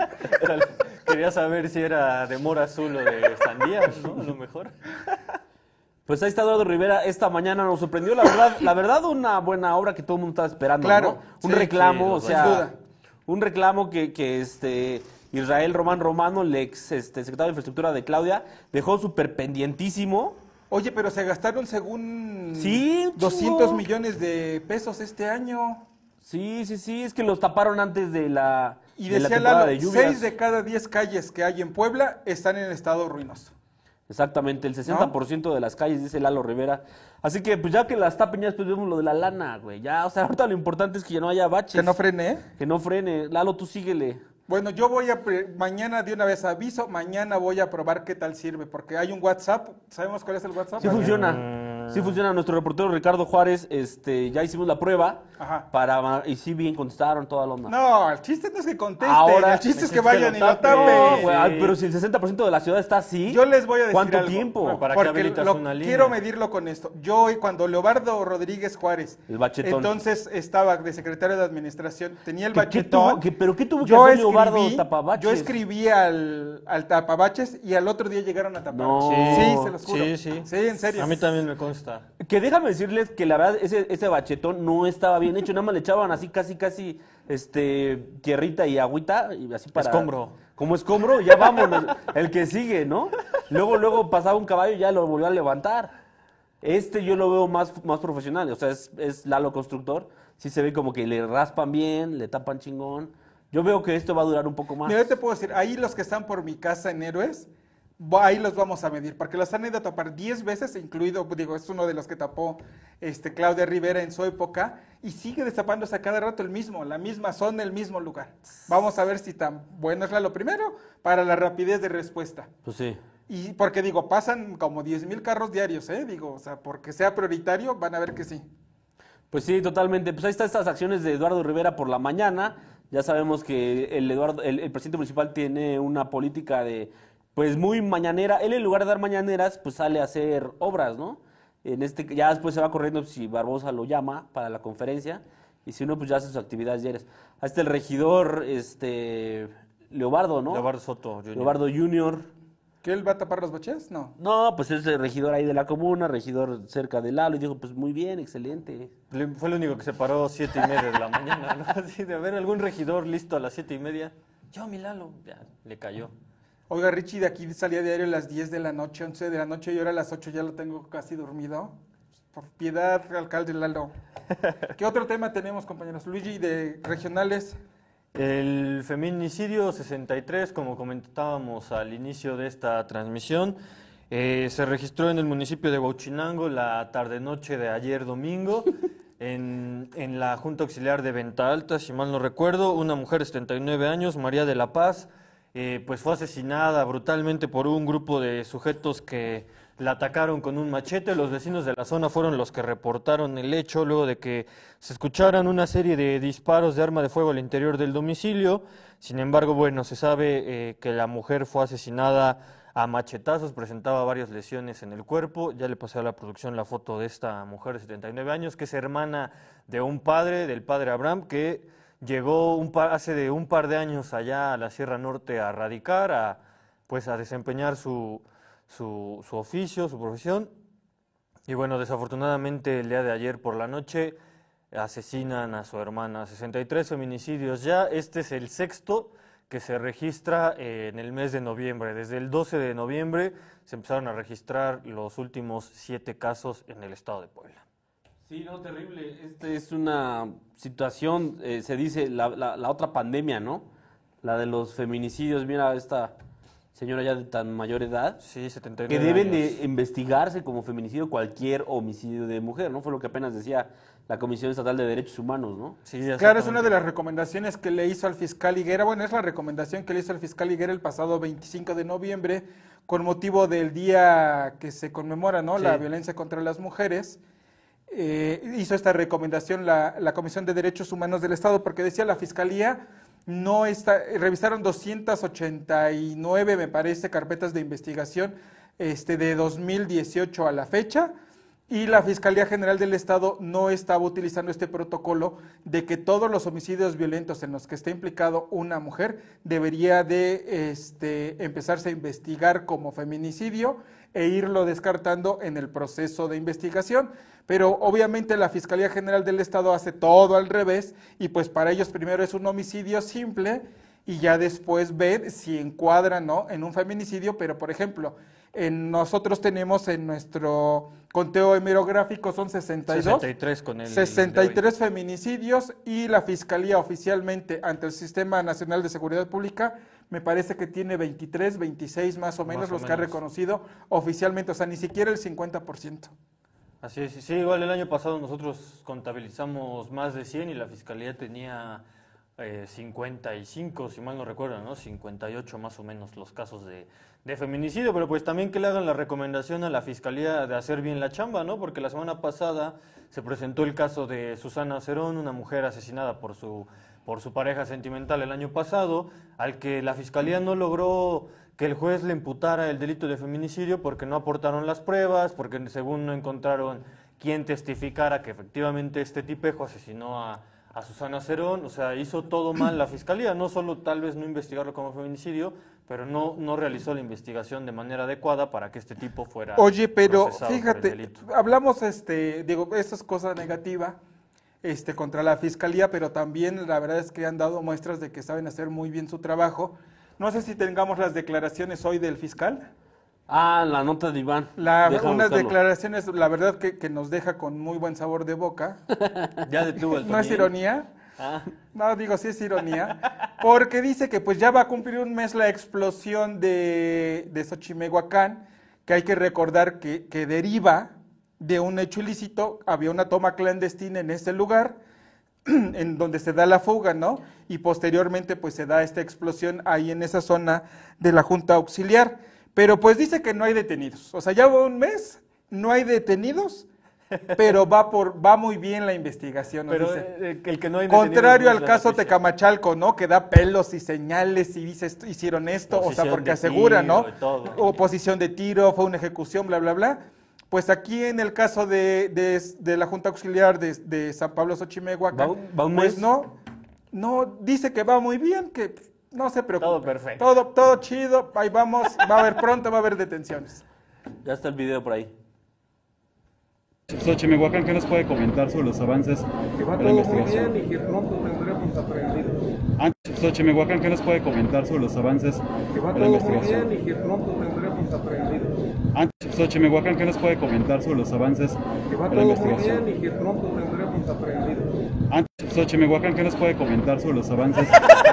Quería saber si era de mora azul o de sandía, ¿no? A lo mejor. Pues ahí está Eduardo Rivera, esta mañana nos sorprendió, la verdad, la verdad una buena obra que todo el mundo estaba esperando, Claro, ¿no? Un sí, reclamo, sí, o los sea, sin duda. un reclamo que, que este Israel Román Romano, el ex este, secretario de Infraestructura de Claudia, dejó súper pendientísimo. Oye, pero se gastaron según Sí, un doscientos chingo. millones de pesos este año. Sí, sí, sí, es que los taparon antes de la, Y de la decía temporada Lalo, de lluvias. seis de cada diez calles que hay en Puebla están en estado ruinoso. Exactamente, el sesenta por ciento de las calles, dice Lalo Rivera. Así que, pues ya que las tapen, ya después vemos lo de la lana, güey. Ya, o sea, ahorita lo importante es que ya no haya baches. Que no frene, ¿eh? Que no frene. Lalo, tú síguele. Bueno, yo voy a, pre- mañana de una vez aviso, mañana voy a probar qué tal sirve, porque hay un WhatsApp, ¿sabemos cuál es el WhatsApp? Sí funciona. Sí funciona. Nuestro reportero Ricardo Juárez, este, ya hicimos la prueba. Ajá. Para, y sí bien contestaron toda la onda. No, el chiste no es que contesten, Ahora, el chiste es el que chiste vayan lo y lo tapen. No, tapen. güey, Sí. ay, pero si el sesenta por ciento de la ciudad está así. Yo les voy a decir ¿Cuánto algo, tiempo? Bueno, ¿para qué porque habilitas lo- una línea? quiero medirlo con esto. Yo, cuando Leobardo Rodríguez Juárez, El bachetón. entonces estaba de secretario de Administración, tenía el ¿Qué- qué bachetón. tuvo- qué- pero qué tuvo que yo hacer Leobardo escribí- Tapabaches? Yo escribí al, al tapabaches y al otro día llegaron a tapar. No. Sí, se los juro. Sí, sí. Sí, en serio. A mí también me consta. Que déjame decirles que la verdad ese, ese bachetón no estaba bien hecho, nada más le echaban así casi casi este tierrita y agüita y así para Escombro. como escombro, y ya vámonos, el que sigue, ¿no? Luego luego pasaba un caballo y ya lo volvió a levantar. Este yo lo veo más más profesional, o sea, es, es Lalo constructor, sí se ve como que le raspan bien, le tapan chingón. Yo veo que esto va a durar un poco más. Mira, yo te puedo decir, ahí los que están por mi casa en Héroes, va- ahí los vamos a medir, porque los han ido a tapar diez veces, incluido, digo, es uno de los que tapó este, Claudia Rivera en su época, y sigue destapándose a cada rato el mismo, la misma zona, el mismo lugar. Vamos a ver si tan bueno es lo primero para la rapidez de respuesta. Pues sí. Y porque digo, pasan como diez mil carros diarios, ¿eh? Digo, o sea, porque sea prioritario, van a ver que sí. Pues sí, totalmente. Pues ahí están estas acciones de Eduardo Rivera por la mañana. Ya sabemos que el Eduardo, el, el presidente municipal tiene una política de, pues muy mañanera. Él en lugar de dar mañaneras, pues sale a hacer obras, ¿no? En este, ya después se va corriendo si Barbosa lo llama para la conferencia y si no, pues ya hace sus actividades diarias. Ahí está el regidor, este, Leobardo, ¿no? Leobardo Soto Junior Leobardo Junior. ¿Que él va a tapar los baches? No. No, pues es el regidor ahí de la comuna, regidor cerca de Lalo, y dijo, pues muy bien, excelente. Le- Fue el único que se paró siete y media de la mañana, ¿no? Así de haber algún regidor listo a las siete y media. Yo, mi Lalo, ya, le cayó. Oiga, Richie, de aquí salía diario a las diez de la noche, once de la noche, y ahora a las ocho ya lo tengo casi dormido. Por piedad, alcalde Lalo. ¿Qué otro tema tenemos, compañeros? Luigi, de regionales, El feminicidio sesenta y tres, como comentábamos al inicio de esta transmisión, eh, se registró en el municipio de Huauchinango la tarde-noche de ayer domingo, en, en la Junta Auxiliar de Venta Alta, si mal no recuerdo. Una mujer de setenta y nueve años, María de la Paz, eh, pues fue asesinada brutalmente por un grupo de sujetos que la atacaron con un machete. Los vecinos de la zona fueron los que reportaron el hecho luego de que se escucharan una serie de disparos de arma de fuego al interior del domicilio. Sin embargo, bueno, se sabe eh, que la mujer fue asesinada a machetazos, presentaba varias lesiones en el cuerpo. Ya le pasé a la producción la foto de esta mujer de setenta y nueve años, que es hermana de un padre, del padre Abraham, que llegó un par, hace de un par de años allá a la Sierra Norte a radicar, a, pues a desempeñar su... Su, su oficio, su profesión. Y bueno, desafortunadamente el día de ayer por la noche asesinan a su hermana. sesenta y tres feminicidios ya. Este es el sexto que se registra eh, en el mes de noviembre. Desde el doce de noviembre se empezaron a registrar los últimos siete casos en el estado de Puebla. Sí, no, terrible. Esta es una situación, eh, se dice, la, la, la otra pandemia, ¿no? La de los feminicidios. Mira, esta señora ya de tan mayor edad, sí, setenta y nueve que deben años. de investigarse como feminicidio cualquier homicidio de mujer, ¿no? Fue lo que apenas decía la Comisión Estatal de Derechos Humanos, ¿no? Sí, claro, es una de las recomendaciones que le hizo al fiscal Higuera. Bueno, es la recomendación que le hizo al fiscal Higuera el pasado veinticinco de noviembre con motivo del día que se conmemora, ¿no? Sí. La violencia contra las mujeres. Eh, hizo esta recomendación la, la Comisión de Derechos Humanos del Estado, porque decía la Fiscalía no está, revisaron doscientas ochenta y nueve, me parece, carpetas de investigación este, de dos mil dieciocho a la fecha, y la Fiscalía General del Estado no estaba utilizando este protocolo de que todos los homicidios violentos en los que esté implicado una mujer debería de este, empezarse a investigar como feminicidio e irlo descartando en el proceso de investigación. Pero obviamente la Fiscalía General del Estado hace todo al revés y pues para ellos primero es un homicidio simple y ya después ven si encuadran, ¿no?, en un feminicidio. Pero por ejemplo, en nosotros tenemos en nuestro conteo hemerográfico son sesenta y dos, sesenta y tres con el sesenta y tres feminicidios, y la Fiscalía oficialmente ante el Sistema Nacional de Seguridad Pública me parece que tiene veintitrés, veintiséis más o menos Más o los que ha menos. reconocido oficialmente, o sea, ni siquiera el cincuenta por ciento. Así es, sí, igual el año pasado nosotros contabilizamos más de cien y la Fiscalía tenía eh, cincuenta y cinco, si mal no recuerdo, ¿no? cincuenta y ocho más o menos los casos de, de feminicidio, pero pues también que le hagan la recomendación a la Fiscalía de hacer bien la chamba, ¿no? Porque la semana pasada se presentó el caso de Susana Cerón, una mujer asesinada por su, por su pareja sentimental el año pasado, al que la Fiscalía no logró que el juez le imputara el delito de feminicidio porque no aportaron las pruebas, porque según no encontraron quien testificara que efectivamente este tipejo asesinó a, a Susana Cerón. O sea, hizo todo mal la Fiscalía, no solo tal vez no investigarlo como feminicidio, pero no, no realizó la investigación de manera adecuada para que este tipo fuera Oye, pero procesado por el fíjate, delito. hablamos, este, digo, esta es cosa negativa este, contra la Fiscalía, pero también la verdad es que han dado muestras de que saben hacer muy bien su trabajo. No sé si tengamos las declaraciones hoy del fiscal. Ah, la nota de Iván. La, Déjame unas buscarlo. declaraciones, la verdad que, que nos deja con muy buen sabor de boca. Ya detuvo el ¿No es Toñín. ironía? Ah, No, digo, sí es ironía, porque dice que pues ya va a cumplir un mes la explosión de, de Xochimehuacán, que hay que recordar que, que deriva de un hecho ilícito. Había una toma clandestina en ese lugar, en donde se da la fuga, ¿no? Y posteriormente pues se da esta explosión ahí en esa zona de la Junta Auxiliar. Pero pues dice que no hay detenidos, o sea, ya va un mes, no hay detenidos, pero va por va muy bien la investigación, nos Pero dice. eh, el que no hay Contrario detenidos al no es la caso noticia. Tecamachalco, ¿no? Que da pelos y señales y dice esto- hicieron esto, o sea, Posición porque de asegura, tiro ¿no? y todo. O posición de tiro, fue una ejecución, bla, bla, bla. Pues aquí en el caso de, de, de la Junta Auxiliar de, de San Pablo Xochimehuacán, ¿Va un- va un pues mes? no, no, dice que va muy bien, que no se preocupe. Todo perfecto. Todo, todo chido, ahí vamos, va a haber pronto, va a haber detenciones. ya está el video por ahí. Xochimehuacán, ¿qué nos puede comentar sobre los avances Que va de la todo muy investigación? bien y que pronto tendremos aprendido. Ah, Xochimehuacán, ¿qué nos puede comentar sobre los avances Que va de la todo muy investigación? bien y que pronto tendremos aprendido. Ah, Xochimehuacán, ¿qué nos puede comentar sobre los avances Que va de la todo muy investigación? bien y que pronto tendremos aprendido. Antes, Xochimehuacán, ¿qué nos puede comentar sobre los avances?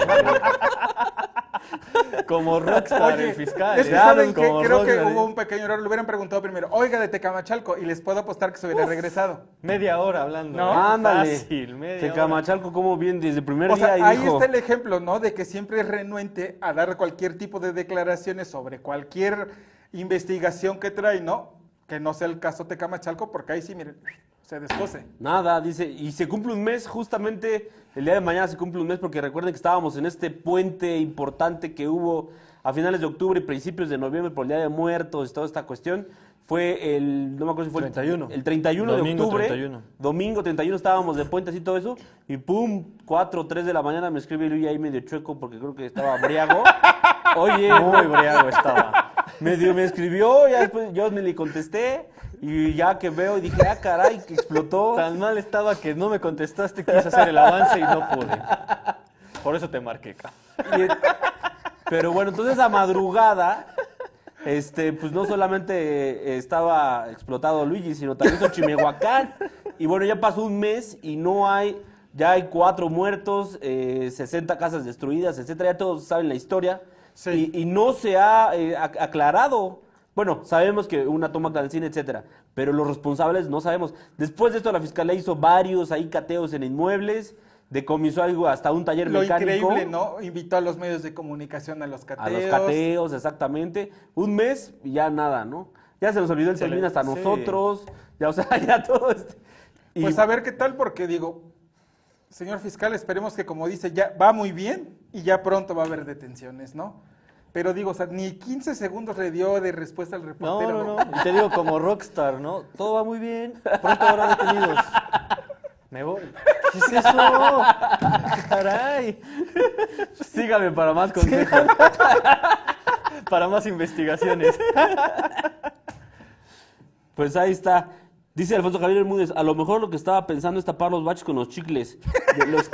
Como rockstar Oye, el fiscal. es que ¿eh? saben que Como creo que rockstar, hubo ¿eh? un pequeño error. Le hubieran preguntado primero, oiga, de Tecamachalco, y les puedo apostar que se hubiera regresado. Media hora hablando. No, ¿eh? Ándale. Fácil, media hora. Tecamachalco, como bien desde el primer O día sea, y ahí dijo, está el ejemplo, ¿no? De que siempre es renuente a dar cualquier tipo de declaraciones sobre cualquier investigación que trae, ¿no? Que no sea el caso Tecamachalco, porque ahí sí, miren, se descose. nada, dice, y se cumple un mes, justamente el día de mañana se cumple un mes, porque recuerden que estábamos en este puente importante que hubo a finales de octubre y principios de noviembre por el Día de Muertos y toda esta cuestión. Fue el, no me acuerdo si fue el- treinta y uno. el treinta y uno de Domingo octubre. treinta y uno. Domingo treinta y uno estábamos de puente así todo eso, y pum, cuatro o tres de la mañana me escribe Luis ahí medio chueco porque creo que estaba briago. Oye, Muy briago estaba. medio me escribió, ya después yo ni le contesté, y ya que veo y dije, ah, caray, que explotó. Tan mal estaba que no me contestaste, quise hacer el avance y no pude. Por eso te marqué, ca. Y- pero bueno, entonces a madrugada, este, pues no solamente eh, estaba explotado Luigi, sino también Xochimehuacán. Y bueno, ya pasó un mes y no hay, ya hay cuatro muertos, eh, sesenta casas destruidas, etcétera. Ya todos saben la historia. Sí. Y, y no se ha eh, ac- aclarado. Bueno, sabemos que una toma clandestina, etcétera, pero los responsables no sabemos. Después de esto, la fiscalía hizo varios ahí cateos en inmuebles, decomisó algo hasta un taller Lo mecánico. increíble, ¿no? Invitó a los medios de comunicación a los cateos. A los cateos, exactamente. Un mes y ya nada, ¿no? Ya se nos olvidó el Se le- Telvin hasta sí. nosotros. Ya, o sea, ya todo este. y- Pues a ver qué tal, porque digo, señor fiscal, esperemos que como dice, ya va muy bien y ya pronto va a haber detenciones, ¿no? Pero digo, o sea, ni quince segundos le dio de respuesta al No, reportero. no, no. Y te digo, como rockstar, ¿no? Todo va muy bien. Pronto habrá detenidos. Me voy. ¿Qué es eso? Caray. Sígame para más consejos. Para más investigaciones. Pues ahí está. Dice Alfonso Javier Bermúdez, a lo mejor lo que estaba pensando es tapar los baches con los chicles. De los-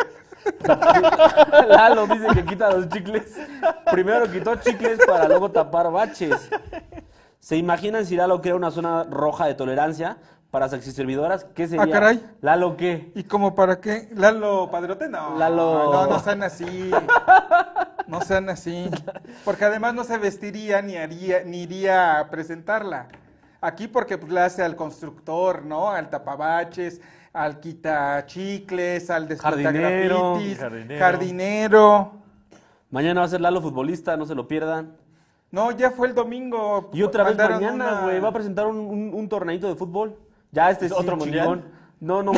Lalo dice que quita los chicles. Primero quitó chicles para luego tapar baches. ¿Se imaginan si Lalo crea una zona roja de tolerancia para servidoras? ¿Qué sería? Ah, caray. ¿Lalo qué? ¿Y como para qué? ¿Lalo Padrote? No, Lalo- no, no sean así. No sean así. Porque además no se vestiría ni haría, ni iría a presentarla. Aquí porque pues, la hace al constructor, ¿no? Al tapabaches, al quitachicles, al Jardinero, despintagrafitis, jardinero. jardinero. Mañana va a ser Lalo futbolista, no se lo pierdan. No, ya fue el domingo. Y otra vez Mandaron mañana, una- güey, va a presentar un, un, un torneito de fútbol. Ya este ¿Es sí, otro mundial? chingón. No, no.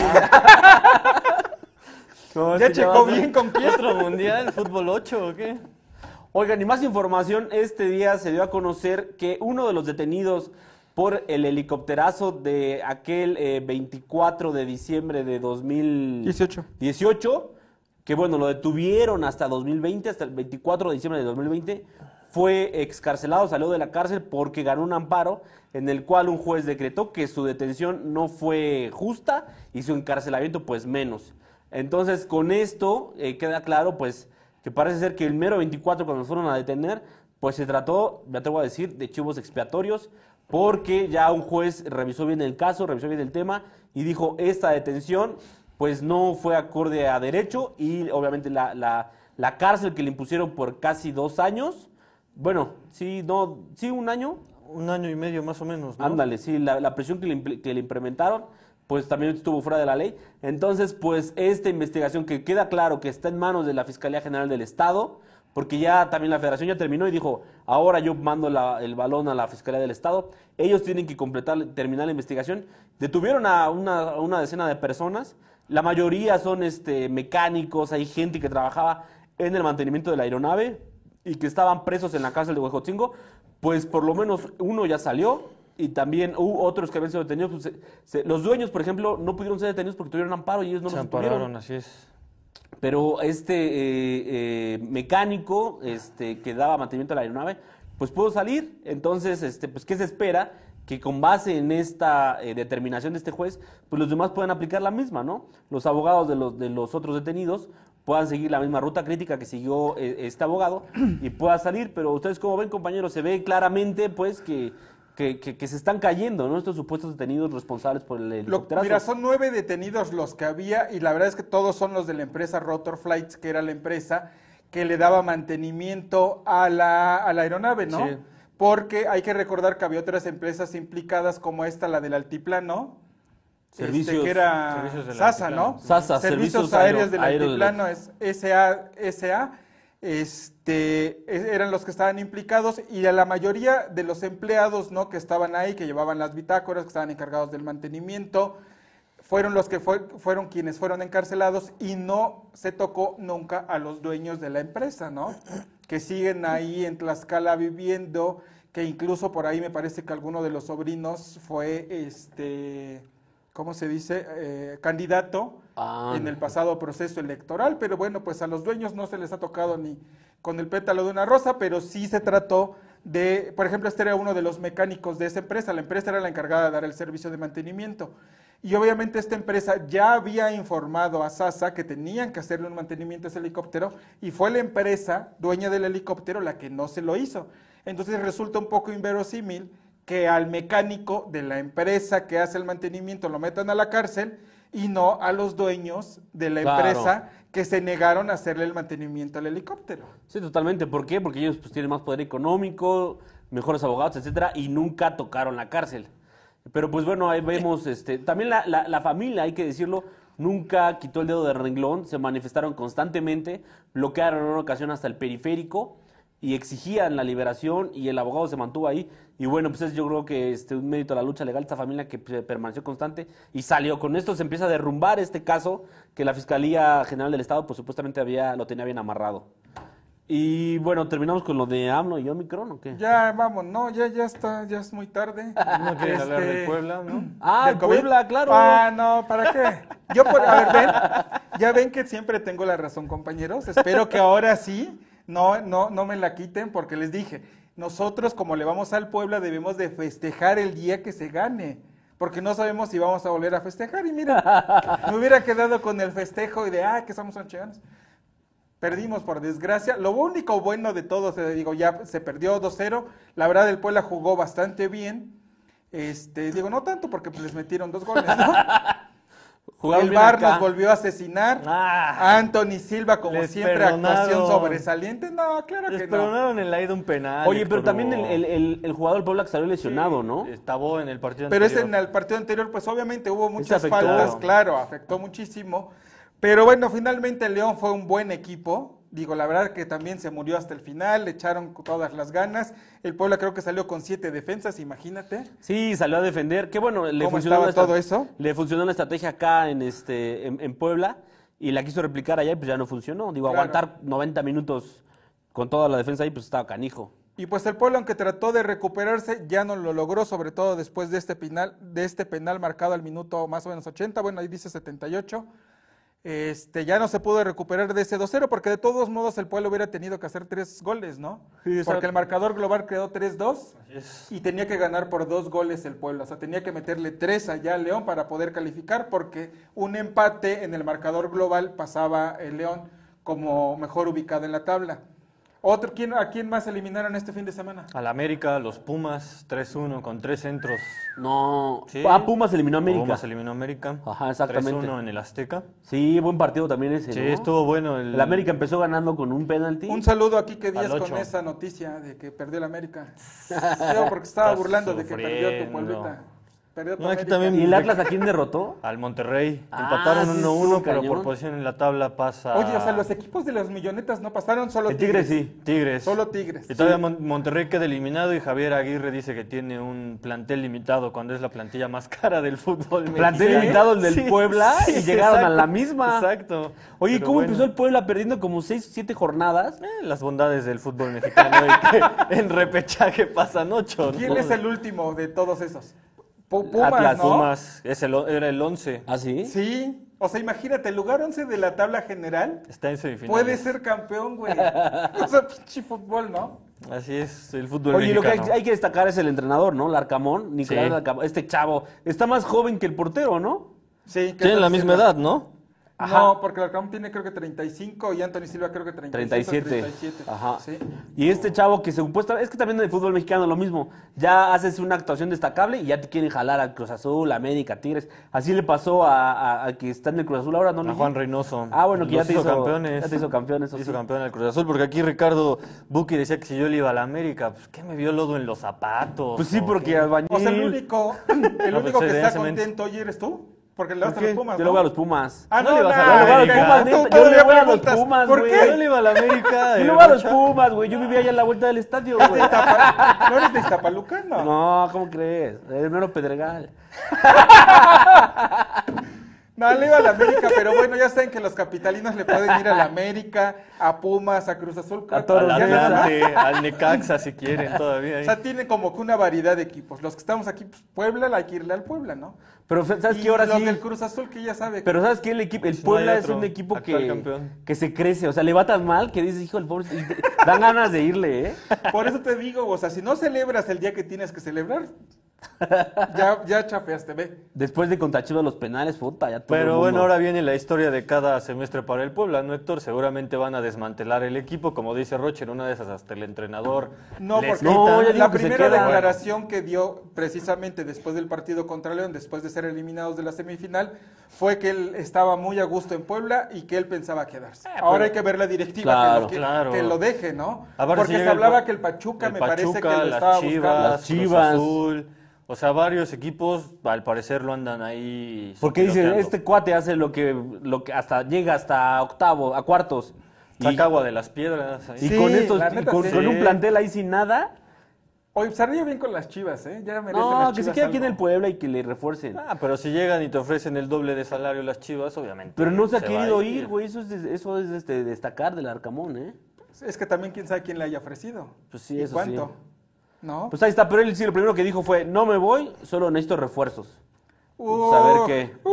No, Ya este va checó a ser- bien con quién. ¿Otro mundial? ¿Fútbol ocho o qué? Oigan, y más información, este día se dio a conocer que uno de los detenidos por el helicópterazo de aquel eh, veinticuatro de diciembre de dos mil dieciocho. dieciocho, que bueno, lo detuvieron hasta dos mil veinte, hasta el veinticuatro de diciembre de dos mil veinte, fue excarcelado, salió de la cárcel porque ganó un amparo en el cual un juez decretó que su detención no fue justa y su encarcelamiento pues menos. Entonces, con esto eh, queda claro pues que parece ser que el mero veinticuatro cuando nos fueron a detener, pues se trató, me atrevo a decir, de chivos expiatorios, porque ya un juez revisó bien el caso, revisó bien el tema y dijo, esta detención pues no fue acorde a derecho y obviamente la, la, la cárcel que le impusieron por casi dos años, bueno, sí, no, sí, un año, Un año y medio más o menos, ¿no? ándale, sí, la, la presión que le, impl- que le implementaron, pues también estuvo fuera de la ley. Entonces, pues esta investigación que queda claro que está en manos de la Fiscalía General del Estado, porque ya también la Federación ya terminó y dijo, ahora yo mando la- el balón a la Fiscalía del Estado, ellos tienen que completar, terminar la investigación. Detuvieron a una, a una decena de personas, la mayoría son este, mecánicos, hay gente que trabajaba en el mantenimiento de la aeronave y que estaban presos en la cárcel de Huejotzingo, pues por lo menos uno ya salió y también hubo otros que habían sido detenidos. Pues, se- se- los dueños, por ejemplo, no pudieron ser detenidos porque tuvieron amparo y ellos no Se los tuvieron. ampararon, así es. Pero este eh, eh, mecánico este, que daba mantenimiento a la aeronave, pues pudo salir. Entonces, este, pues, ¿qué se espera? Que con base en esta eh, determinación de este juez, pues los demás puedan aplicar la misma, ¿no? Los abogados de los, de los otros detenidos puedan seguir la misma ruta crítica que siguió eh, este abogado y pueda salir. Pero ustedes como ven, compañeros, se ve claramente, pues, que, que, que, que se están cayendo, ¿no? Estos supuestos detenidos responsables por el Lo- helicópterazo. mira, son nueve detenidos los que había y la verdad es que todos son los de la empresa Rotor Flights, que era la empresa que le daba mantenimiento a la, a la aeronave, ¿no? Sí. Porque hay que recordar que había otras empresas implicadas como esta, la del altiplano, este, Servicios- que era servicios del SASA, altiplano. ¿no? SASA, Servicios Servicios Aéreos Aero- del Aéreos del- Altiplano, es S A, S A, este, e- eran los que estaban implicados y a la mayoría de los empleados, ¿no? Que estaban ahí, que llevaban las bitácoras, que estaban encargados del mantenimiento, fueron los que fue- fueron quienes fueron encarcelados y no se tocó nunca a los dueños de la empresa, ¿no? Que siguen ahí en Tlaxcala viviendo, que incluso por ahí me parece que alguno de los sobrinos fue, este, ¿cómo se dice? Eh, candidato Ah, en el pasado proceso electoral, pero bueno, pues a los dueños no se les ha tocado ni con el pétalo de una rosa, pero sí se trató de, por ejemplo, este era uno de los mecánicos de esa empresa, la empresa era la encargada de dar el servicio de mantenimiento. Y obviamente esta empresa ya había informado a SASA que tenían que hacerle un mantenimiento a ese helicóptero y fue la empresa dueña del helicóptero la que no se lo hizo. Entonces resulta un poco inverosímil que al mecánico de la empresa que hace el mantenimiento lo metan a la cárcel y no a los dueños de la Claro. empresa que se negaron a hacerle el mantenimiento al helicóptero. Sí, totalmente. ¿Por qué? Porque ellos pues, tienen más poder económico, mejores abogados, etcétera, y nunca tocaron la cárcel. Pero pues bueno, ahí vemos, este, también la, la, la familia, hay que decirlo, nunca quitó el dedo de renglón, se manifestaron constantemente, bloquearon en una ocasión hasta el periférico y exigían la liberación y el abogado se mantuvo ahí. Y bueno, pues es yo creo que este, un mérito a la lucha legal de esta familia que pues, permaneció constante y salió. Con esto se empieza a derrumbar este caso que la Fiscalía General del Estado pues supuestamente había, lo tenía bien amarrado. Y bueno, terminamos con lo de AMLO y Omicron, ¿o qué? Ya, vamos, no, ya, ya está, ya es muy tarde. No quieren hablar Este, del Puebla, ¿no? Ah, ¿Del COVID? Puebla, claro. Ah, no, ¿para qué? Yo, por, a ver, ven, ya ven que siempre tengo la razón, compañeros. Espero que ahora sí no, no, no me la quiten porque les dije, nosotros como le vamos al Puebla debemos de festejar el día que se gane, porque no sabemos si vamos a volver a festejar. Y mira, me hubiera quedado con el festejo y de, ah, que somos anchiganos. Perdimos por desgracia. Lo único bueno de todo, se digo, ya se perdió dos cero. La verdad, el Puebla jugó bastante bien. Este, digo, no tanto porque pues, les metieron dos goles, ¿no? Jugaron El bien VAR acá. nos volvió a asesinar. Ah, Anthony Silva, como les siempre, perdonaron. actuación sobresaliente. No, claro les que no. perdonaron en la ida un penal. Oye, pero Héctor también el, Hugo. el, el, el jugador del Puebla que salió lesionado, ¿no? Estabó en el partido Pero ese anterior. en el partido anterior, pues obviamente hubo muchas afectó. faltas, claro, afectó muchísimo. Pero bueno, finalmente el León fue un buen equipo. Digo, la verdad que también se murió hasta el final, le echaron todas las ganas. El Puebla creo que salió con siete defensas, imagínate. Sí, salió a defender. Qué bueno, le ¿Cómo funcionó estaba la estra- todo eso? Le funcionó la estrategia acá en este en, en Puebla y la quiso replicar allá y pues ya no funcionó. Digo, Claro. aguantar noventa minutos con toda la defensa ahí pues estaba canijo. Y pues el Puebla, aunque trató de recuperarse, ya no lo logró, sobre todo después de este penal, de este penal marcado al minuto más o menos ochenta, bueno, ahí dice setenta y ocho. Este, ya no se pudo recuperar de ese dos cero, porque de todos modos el Puebla hubiera tenido que hacer tres goles, ¿no? Sí, exacto. Porque el marcador global quedó tres dos Así es. y tenía que ganar por dos goles el Puebla. O sea, tenía que meterle tres allá al León para poder calificar, porque un empate en el marcador global pasaba el León como mejor ubicado en la tabla. Otro, ¿quién, ¿A quién más eliminaron este fin de semana? Al América, los Pumas, tres uno con tres centros. No, Sí. ah, Pumas eliminó a América. Pumas eliminó a América. Ajá, exactamente. tres uno en el Azteca. Sí, buen partido también ese, Sí, ¿no? estuvo bueno. El, El América empezó ganando con un penalti. Un saludo a Quique Díaz Al con ocho. esa noticia de que perdió el América. Yo porque estaba Estás burlando de que perdió tu sufriendo. Pueblita. Perdió tu No, aquí América. también- ¿Y el Atlas a quién derrotó? Al Monterrey. Ah, Empataron sí, uno uno, estuvo pero cañón. por posición en la tabla pasa. Oye, o sea, los equipos de los millonetas no pasaron, solo El Tigres Tigres. sí. Tigres. Solo Tigres. Y todavía Mon- Monterrey queda eliminado y Javier Aguirre dice que tiene un plantel limitado cuando es la plantilla más cara del fútbol Plantel mexicano. limitado el del Sí, Puebla sí, y llegaron exacto, a la misma. Exacto. Oye, Pero ¿cómo bueno, empezó el Puebla perdiendo como seis, siete jornadas? eh, las bondades del fútbol mexicano y que en repechaje pasan ocho. ¿no? ¿Quién es el último de todos esos? Pu- Pumas, Atlas, ¿no? Pumas, es el, o- era el once. ¿Ah, sí? Sí. O sea, imagínate, el lugar once de la tabla general Está en semifinales. puede ser campeón, güey. O sea, pinche fútbol, ¿no? Así es el fútbol Oye, lo que hay, mexicano. hay que destacar es el entrenador, ¿no? Larcamón, Nicolás Sí. Larcamón. Este chavo está más joven que el portero, ¿no? Sí. ¿qué Tienen estás la misma diciendo? edad, ¿no? Ajá. No, porque el Arcamón tiene creo que treinta y cinco y Anthony Silva creo que treinta y seis o treinta y siete. treinta y siete. Ajá. Sí. Y este chavo que se supuesta, es que también en el fútbol mexicano lo mismo. Ya haces una actuación destacable y ya te quieren jalar al Cruz Azul, América, Tigres. Así le pasó a, a- a que está en el Cruz Azul ahora, ¿no? A Luigi? Juan Reynoso. Ah, bueno, que ya Los te hizo, campeones. ya te hizo campeón, eso Hizo sí. campeón del Cruz Azul, porque aquí Ricardo Buki decía que si yo le iba a la América, pues ¿qué me vio lodo en los zapatos? Pues sí, ¿O porque qué? albañil. O sea, el único, el No, único pues, que está evidentemente. contento hoy eres tú, porque le vas a ¿Por los qué? Pumas, Yo ¿no? le voy a los Pumas. Ah, No no, le vas a nah, la Yo le voy a los América. Pumas, tú neta, yo todavía le voy a los preguntas, Pumas, ¿por güey. qué? Yo le iba a la América. Yo eh, le voy a los Rocha. Pumas, güey. Yo vivía allá en la vuelta del estadio, ¿De güey. Iztapa- ¿No eres de Iztapaluca? No. No, ¿cómo crees? El mero Pedregal. No, le iba a la América, pero bueno, ya saben que los capitalinos le pueden ir a la América, a Pumas, a Cruz Azul. A todos Al los ya nada más. Atlante, al Necaxa si quieren todavía. O ahí. sea, tiene como que una variedad de equipos. Los que estamos aquí, pues Puebla, hay que irle al Puebla, ¿no? Pero ¿sabes Y qué? Ahora los sí. del Cruz Azul que ya sabe. Pero ¿sabes qué? El equipo, el Si no hay Puebla es otro un equipo actual que, campeón. que se crece. O sea, le va tan mal que dices, hijo, el pobre. y te- Dan ganas de irle, ¿eh? Por eso te digo, o sea, si no celebras el día que tienes que celebrar, ya, ya chafeaste, ve. Después de contra Chivas los penales, puta, ya todo el Pero mundo- bueno, ahora viene la historia de cada semestre para el Puebla, ¿no, Héctor? Seguramente van a desmantelar el equipo, como dice Roche, en una de esas hasta el entrenador. No, les porque No, ya quitan. digo la que se primera queda. declaración que dio precisamente después del partido contra León, después de ser eliminados de la semifinal, fue que él estaba muy a gusto en Puebla y que él pensaba quedarse. Ahora hay que ver la directiva Claro, que, lo, que- claro. que lo deje, ¿no? A ver si Porque se llega el hablaba Pu- que el Pachuca el me parece que Pachuca, lo las estaba Chivas, buscando. Las Cruz Chivas. Azul, o sea, varios equipos al parecer lo andan ahí. Porque dice, sopiloteando. este cuate hace lo que, lo que hasta llega hasta octavo, a cuartos. Y, Saca agua de las piedras. ahí. y Sí, con estos, la y neta, con, sí. con un plantel ahí sin nada. Oye, se ríe bien con las Chivas, ¿eh? Ya merecen No, las que se Chivas quede aquí en algo. el Puebla y que le refuercen. Ah, pero si llegan y te ofrecen el doble de salario las Chivas, obviamente. Pero no se ha va querido a ir, güey. Eso es, de- eso es este, destacar del Arcamón, ¿eh? Es que también quién sabe quién le haya ofrecido. Pues sí, ¿Y eso cuánto? sí. ¿No? Pues ahí está, pero él sí lo primero que dijo fue, no me voy, solo necesito refuerzos. Uh, Pues a ver qué.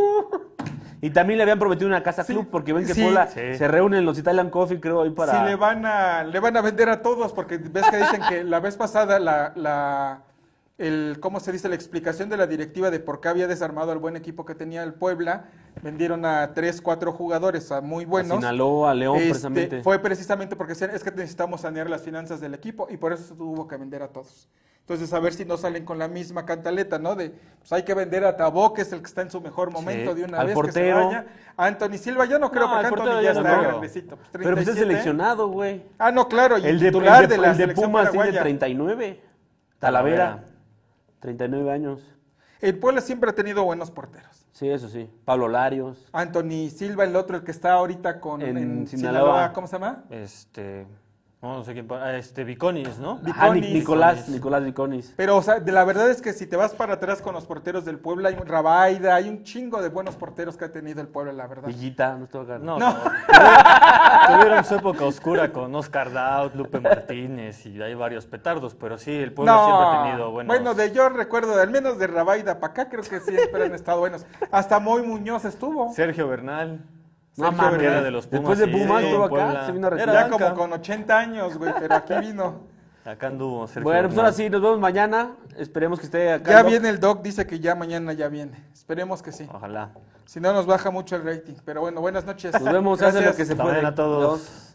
Y también le habían prometido una casa Sí, club, porque ven que sí. Puebla Sí. se reúnen los Italian Coffee, creo, ahí para... Si le van a le van a vender a todos, porque ves que dicen que la vez pasada la, la el cómo se dice la explicación de la directiva de por qué había desarmado al buen equipo que tenía el Puebla, vendieron a tres, cuatro jugadores a muy buenos. A Sinaloa, a León, Este, precisamente. Fue precisamente porque decían, es que necesitamos sanear las finanzas del equipo y por eso se tuvo que vender a todos. Entonces, a ver si no salen con la misma cantaleta, ¿no? De, pues hay que vender a Tabó, que es el que está en su mejor momento Sí. de una Al vez portero. que se vaya. A Anthony Silva, ya no creo, No, porque al portero Anthony ya ya no está creo. grandecito. Pues, Pero pues es treinta y siete. seleccionado, güey. Ah, no, claro, y El de, titular el de, de, la el de selección Pumas tiene paraguaya. treinta y nueve. Talavera, Talavera. treinta y nueve años. El Puebla siempre ha tenido buenos porteros. Sí, eso sí. Pablo Larios. Anthony Silva, el otro, el que está ahorita con En en, Sinaloa. Sinaloa, ¿cómo se llama? Este, no sé quién, pa- ah, este, Viconis, ¿no? Ah, Ni- Viconis. Nicolás, Nicolás Viconis. Pero, o sea, de la verdad es que si te vas para atrás con los porteros del Puebla, hay un Rabaida, hay un chingo de buenos porteros que ha tenido el Puebla, la verdad. Villita, no estuvo acá. No, No. no. Tuvieron, tuvieron su época oscura con Oscar Daut, Lupe Martínez y hay varios petardos, pero sí, el pueblo siempre ha tenido buenos. Bueno, de yo recuerdo, al menos de Rabaida para acá, creo que siempre han estado buenos. Hasta Moy Muñoz estuvo. Sergio Bernal. No Sergio mames. Bernal. Era de los Pumas, Después de sí, Pumas sí, estuvo en Puebla. acá, se vino a Era retirar. Ya banca. como con ochenta años, güey, pero aquí vino. Acá anduvo Sergio Bueno, pues Bernal. ahora sí, nos vemos mañana. Esperemos que esté acá. Ya el Doc. viene el Doc, dice que ya mañana ya viene. Esperemos que sí. Ojalá. Si no, nos baja mucho el rating. Pero bueno, buenas noches. Nos vemos, se hace lo Gracias. que se Hasta puede. mañana a todos. Adiós.